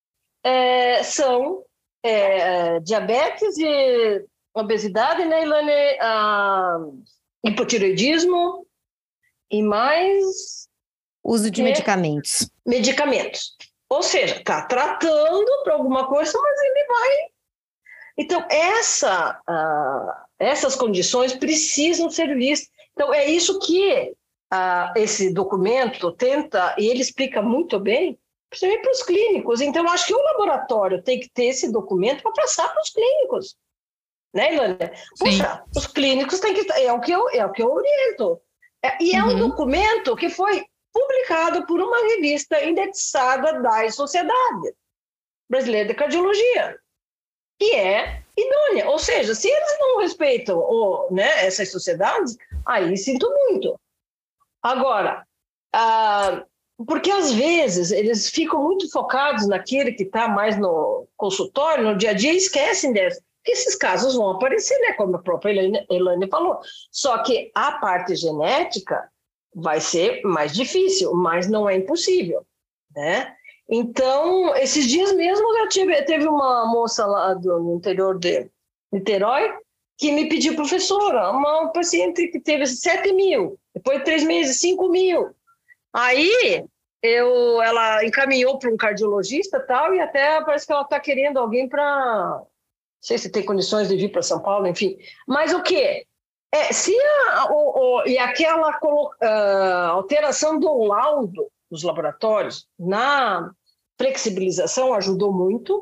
é, são é, diabetes e obesidade, né, Elaine? Ah, hipotireoidismo e mais... Uso de é, medicamentos. Medicamentos. Ou seja, está tratando para alguma coisa, mas ele vai... Então, essa, uh, essas condições precisam ser vistas. Então, é isso que uh, esse documento tenta, e ele explica muito bem, principalmente para os clínicos. Então, eu acho que o laboratório tem que ter esse documento para passar para os clínicos. Né, Ilânia? Poxa, os clínicos têm que... É o que eu, é o que eu oriento. É, e é uhum. um documento que foi publicado por uma revista indexada da Sociedade Brasileira de Cardiologia, que é idônea. Ou seja, se eles não respeitam o, né, essas sociedades, aí sinto muito. Agora, ah, porque às vezes eles ficam muito focados naquele que está mais no consultório, no dia a dia, e esquecem dessa. Que esses casos vão aparecer, né, como a própria Elaine, Elaine falou. Só que a parte genética vai ser mais difícil, mas não é impossível, né? Então, esses dias mesmo eu tive, teve uma moça lá do, no interior de Niterói que me pediu, professora, uma paciente que teve sete mil, depois de três meses, cinco mil. Aí eu, ela encaminhou para um cardiologista e tal, e até parece que ela está querendo alguém para... Não sei se tem condições de vir para São Paulo, enfim. Mas o quê? É, se a, o, o, e aquela uh, alteração do laudo dos laboratórios na flexibilização ajudou muito.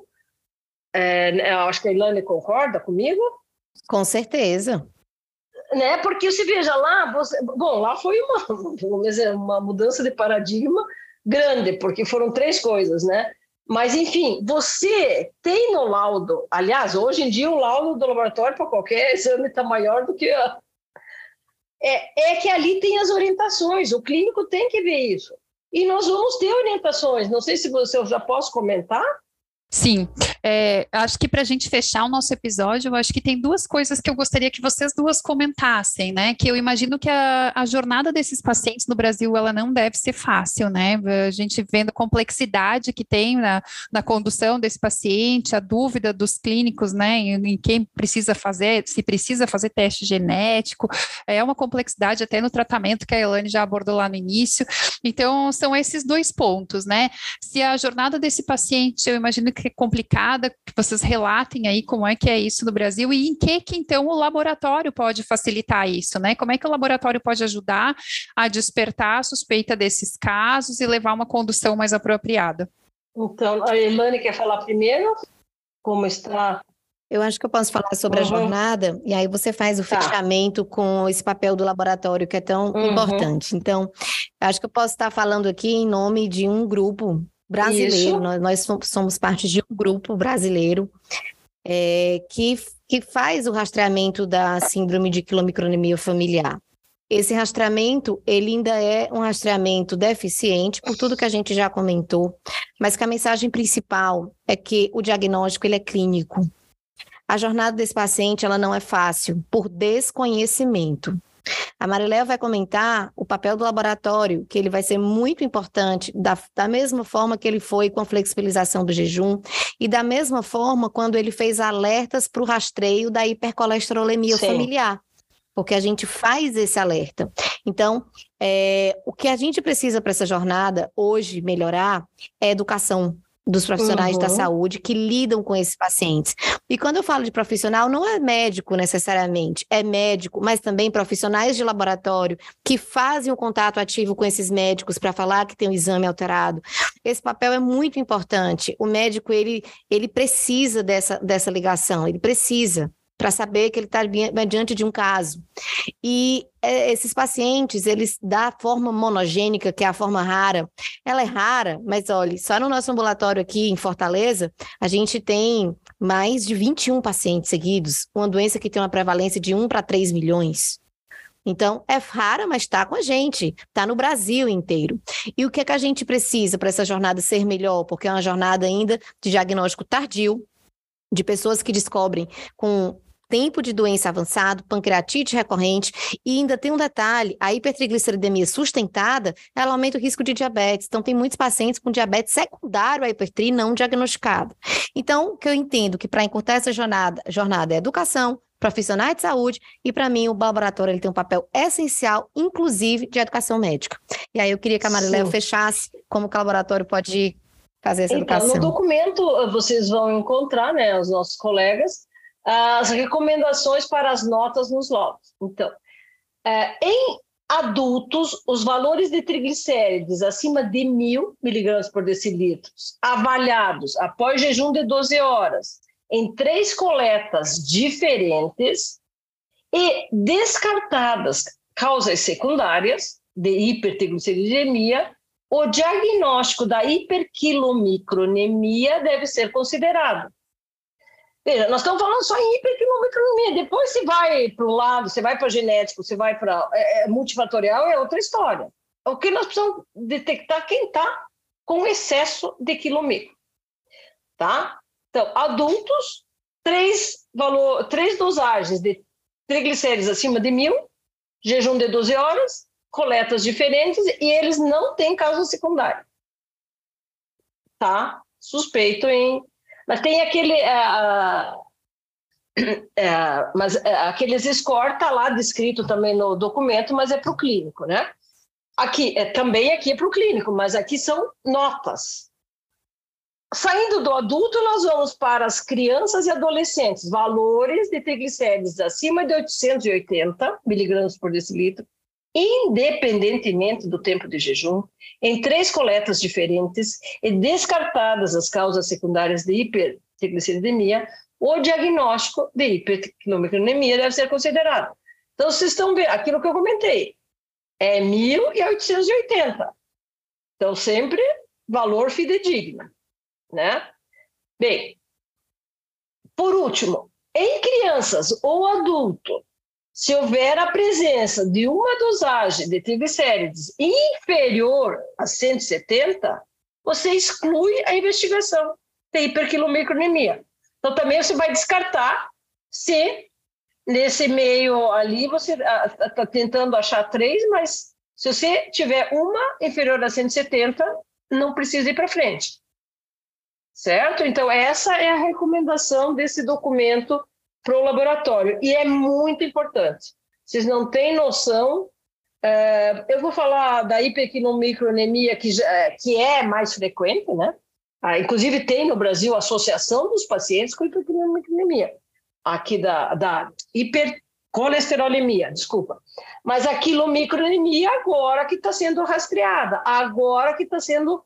É, eu acho que a Elaine concorda comigo. Com certeza. Né? Porque você veja lá, você, bom, lá foi uma, vamos dizer, uma mudança de paradigma grande, porque foram três coisas, né? Mas, enfim, você tem no laudo, aliás, hoje em dia o laudo do laboratório para qualquer exame está maior do que a... É, é que ali tem as orientações, o clínico tem que ver isso. E nós vamos ter orientações, não sei se você, eu já posso comentar. Sim, é, acho que para a gente fechar o nosso episódio, eu acho que tem duas coisas que eu gostaria que vocês duas comentassem, né? Que eu imagino que a, a jornada desses pacientes no Brasil, ela não deve ser fácil, né? A gente vendo a complexidade que tem na, na condução desse paciente, a dúvida dos clínicos, né? Em, em quem precisa fazer, se precisa fazer teste genético, é uma complexidade até no tratamento que a Elaine já abordou lá no início. Então, são esses dois pontos, né? Se a jornada desse paciente, eu imagino que é complicada, que vocês relatem aí como é que é isso no Brasil e em que que então o laboratório pode facilitar isso, né? Como é que o laboratório pode ajudar a despertar a suspeita desses casos e levar uma condução mais apropriada? Então, a Elaine quer falar primeiro? Como está? Eu acho que eu posso falar sobre uhum. a jornada, e aí você faz o tá. fechamento com esse papel do laboratório que é tão uhum. importante. Então, acho que eu posso estar falando aqui em nome de um grupo brasileiro, nós, nós somos parte de um grupo brasileiro é, que, que faz o rastreamento da síndrome de quilomicronemia familiar. Esse rastreamento, ele ainda é um rastreamento deficiente, por tudo que a gente já comentou, mas que a mensagem principal é que o diagnóstico ele é clínico. A jornada desse paciente ela não é fácil, por desconhecimento. A Mariléa vai comentar o papel do laboratório, que ele vai ser muito importante, da, da mesma forma que ele foi com a flexibilização do jejum, e da mesma forma quando ele fez alertas para o rastreio da hipercolesterolemia Sim. familiar, porque a gente faz esse alerta. Então, é, o que a gente precisa para essa jornada hoje melhorar é educação dos profissionais uhum. da saúde que lidam com esses pacientes. E quando eu falo de profissional, não é médico necessariamente, é médico, mas também profissionais de laboratório que fazem o contato ativo com esses médicos para falar que tem um exame alterado. Esse papel é muito importante. O médico, ele, ele precisa dessa, dessa ligação, ele precisa. para saber que ele está diante de um caso. E é, esses pacientes, eles, da forma monogênica, que é a forma rara, ela é rara, mas olha, só no nosso ambulatório aqui em Fortaleza, a gente tem mais de vinte e um pacientes seguidos, uma doença que tem uma prevalência de um para três milhões. Então, é rara, mas está com a gente, está no Brasil inteiro. E o que é que a gente precisa para essa jornada ser melhor? Porque é uma jornada ainda de diagnóstico tardio, de pessoas que descobrem com tempo de doença avançado, pancreatite recorrente, e ainda tem um detalhe, a hipertrigliceridemia sustentada, ela aumenta o risco de diabetes. Então, tem muitos pacientes com diabetes secundário à hipertri não diagnosticado. Então, o que eu entendo que para encurtar essa jornada, jornada é educação, profissionais de saúde, e para mim o laboratório ele tem um papel essencial, inclusive de educação médica. E aí eu queria que a Mariléu fechasse como que o laboratório pode fazer essa então, educação. No documento vocês vão encontrar, né, os nossos colegas, as recomendações para as notas nos laudos. Então, é, em adultos, os valores de triglicérides acima de mil miligramas por decilitro, avaliados após jejum de doze horas, em três coletas diferentes e descartadas causas secundárias de hipertrigliceridemia, o diagnóstico da hiperquilomicronemia deve ser considerado. Veja, nós estamos falando só em hiperquilomicronemia. Depois você vai para o lado, você vai para genético, você vai para é, é, multifatorial, é outra história. O que nós precisamos detectar quem está com excesso de quilomicro. Tá? Então, adultos, três, valor, três dosagens de triglicérides acima de mil, jejum de doze horas, coletas diferentes, e eles não têm causa secundária. Tá? Suspeito em... Mas tem aquele... Uh, uh, mas uh, aqueles score tá lá descrito também no documento, mas é para o clínico, né? Aqui, é, também aqui é para o clínico, mas aqui são notas. Saindo do adulto, nós vamos para as crianças e adolescentes. Valores de triglicérides acima de oitocentos e oitenta miligramas por decilitro, independentemente do tempo de jejum, em três coletas diferentes e descartadas as causas secundárias de hipertrigliceridemia, o diagnóstico de hiperquilomicronemia deve ser considerado. Então, vocês estão vendo, aquilo que eu comentei, é mil e oitocentos e oitenta. Então, sempre valor fidedigno, né? Bem, por último, em crianças ou adulto, se houver a presença de uma dosagem de triglicérides inferior a cento e setenta, você exclui a investigação de hiperquilomicronemia. Então, também você vai descartar se nesse meio ali você está tentando achar três, mas se você tiver uma inferior a cento e setenta, não precisa ir para frente. Certo? Então, essa é a recomendação desse documento para o laboratório. E é muito importante. Vocês não têm noção. É, eu vou falar da hiperquilomicronemia, que, já, que é mais frequente, né? Ah, inclusive, tem no Brasil a Associação dos Pacientes com Hiperquilomicronemia, aqui da, da hipercolesterolemia, desculpa. Mas a quilomicronemia agora que está sendo rastreada, agora que está sendo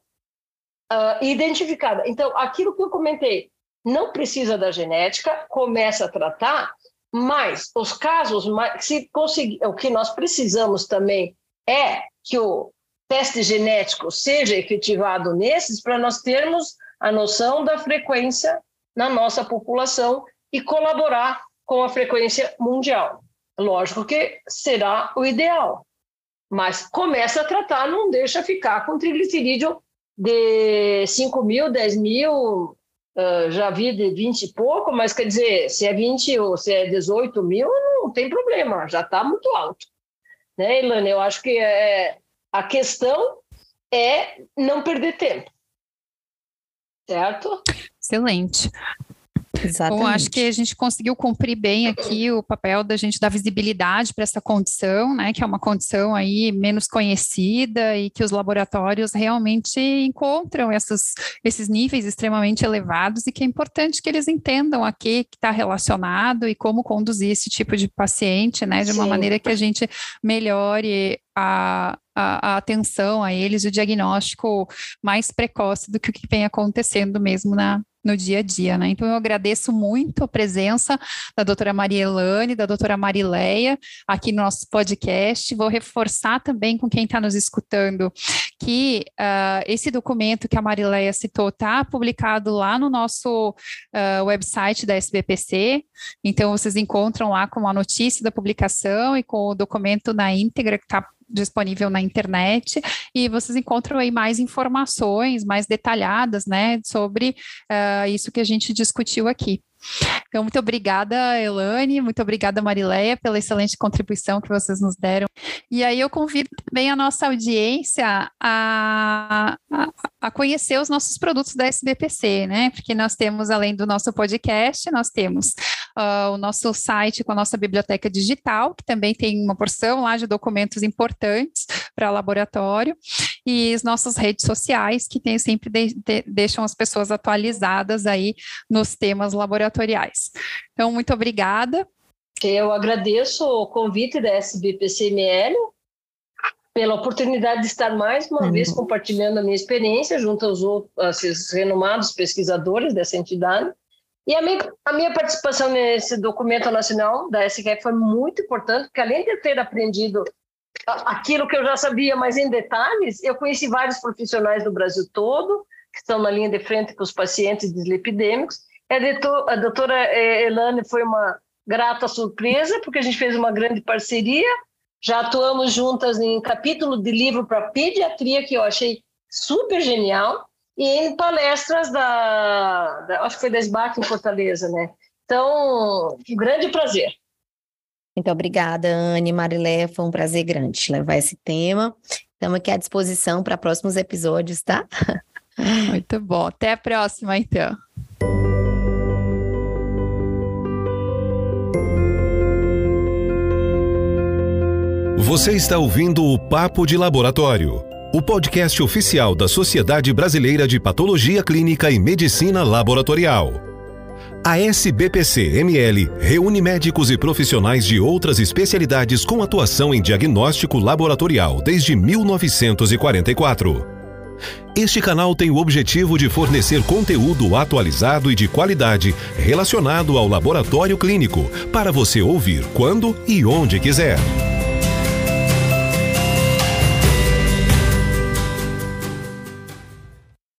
uh, identificada. Então, aquilo que eu comentei, não precisa da genética, começa a tratar, mas os casos, se conseguir, o que nós precisamos também é que o teste genético seja efetivado nesses, para nós termos a noção da frequência na nossa população e colaborar com a frequência mundial. Lógico que será o ideal, mas começa a tratar, não deixa ficar com triglicerídeo de cinco mil, dez mil, uh, já vi de vinte e pouco, mas quer dizer, se é vinte ou se é dezoito mil, não tem problema, já está muito alto. Né, Ilane? Eu acho que é, a questão é não perder tempo. Certo? Excelente. Exatamente. Bom, acho que a gente conseguiu cumprir bem aqui o papel da gente dar visibilidade para essa condição, né, que é uma condição aí menos conhecida e que os laboratórios realmente encontram essas, esses níveis extremamente elevados e que é importante que eles entendam a que está relacionado e como conduzir esse tipo de paciente, né, de uma Sim. maneira que a gente melhore a, a, a atenção a eles, o diagnóstico mais precoce do que o que vem acontecendo mesmo na no dia a dia, né? Então eu agradeço muito a presença da doutora Maria Elane, da doutora Marileia aqui no nosso podcast. Vou reforçar também com quem está nos escutando que uh, esse documento que a Marileia citou está publicado lá no nosso uh, website da S B P C, então vocês encontram lá com a notícia da publicação e com o documento na íntegra que está disponível na internet, e vocês encontram aí mais informações mais detalhadas, né, sobre uh, isso que a gente discutiu aqui. Então, muito obrigada, Elane, muito obrigada, Marileia, pela excelente contribuição que vocês nos deram. E aí eu convido também a nossa audiência a, a, a conhecer os nossos produtos da S B P C, né? Porque nós temos, além do nosso podcast, nós temos uh, o nosso site com a nossa biblioteca digital, que também tem uma porção lá de documentos importantes para laboratório, e as nossas redes sociais, que tem, sempre de, de, deixam as pessoas atualizadas aí nos temas laboratoriais. Então, muito obrigada. Eu agradeço o convite da S B P C M L pela oportunidade de estar mais uma uhum. vez compartilhando a minha experiência junto aos outros, esses renomados pesquisadores dessa entidade. E a minha, a minha participação nesse documento nacional da S Q F foi muito importante, porque além de eu ter aprendido aquilo que eu já sabia, mas em detalhes, eu conheci vários profissionais do Brasil todo, que estão na linha de frente com os pacientes dislipidêmicos. A doutora Elane foi uma grata surpresa, porque a gente fez uma grande parceria, já atuamos juntas em capítulo de livro para pediatria, que eu achei super genial, e em palestras da, da acho que foi da S B A C em Fortaleza, né? Então, um grande prazer. Muito obrigada, Anne, Marileia, foi um prazer grande levar esse tema. Estamos aqui à disposição para próximos episódios, tá? Muito bom, até a próxima, então. Você está ouvindo o Papo de Laboratório, o podcast oficial da Sociedade Brasileira de Patologia Clínica e Medicina Laboratorial. A S B P C M L reúne médicos e profissionais de outras especialidades com atuação em diagnóstico laboratorial desde mil novecentos e quarenta e quatro. Este canal tem o objetivo de fornecer conteúdo atualizado e de qualidade relacionado ao laboratório clínico para você ouvir quando e onde quiser.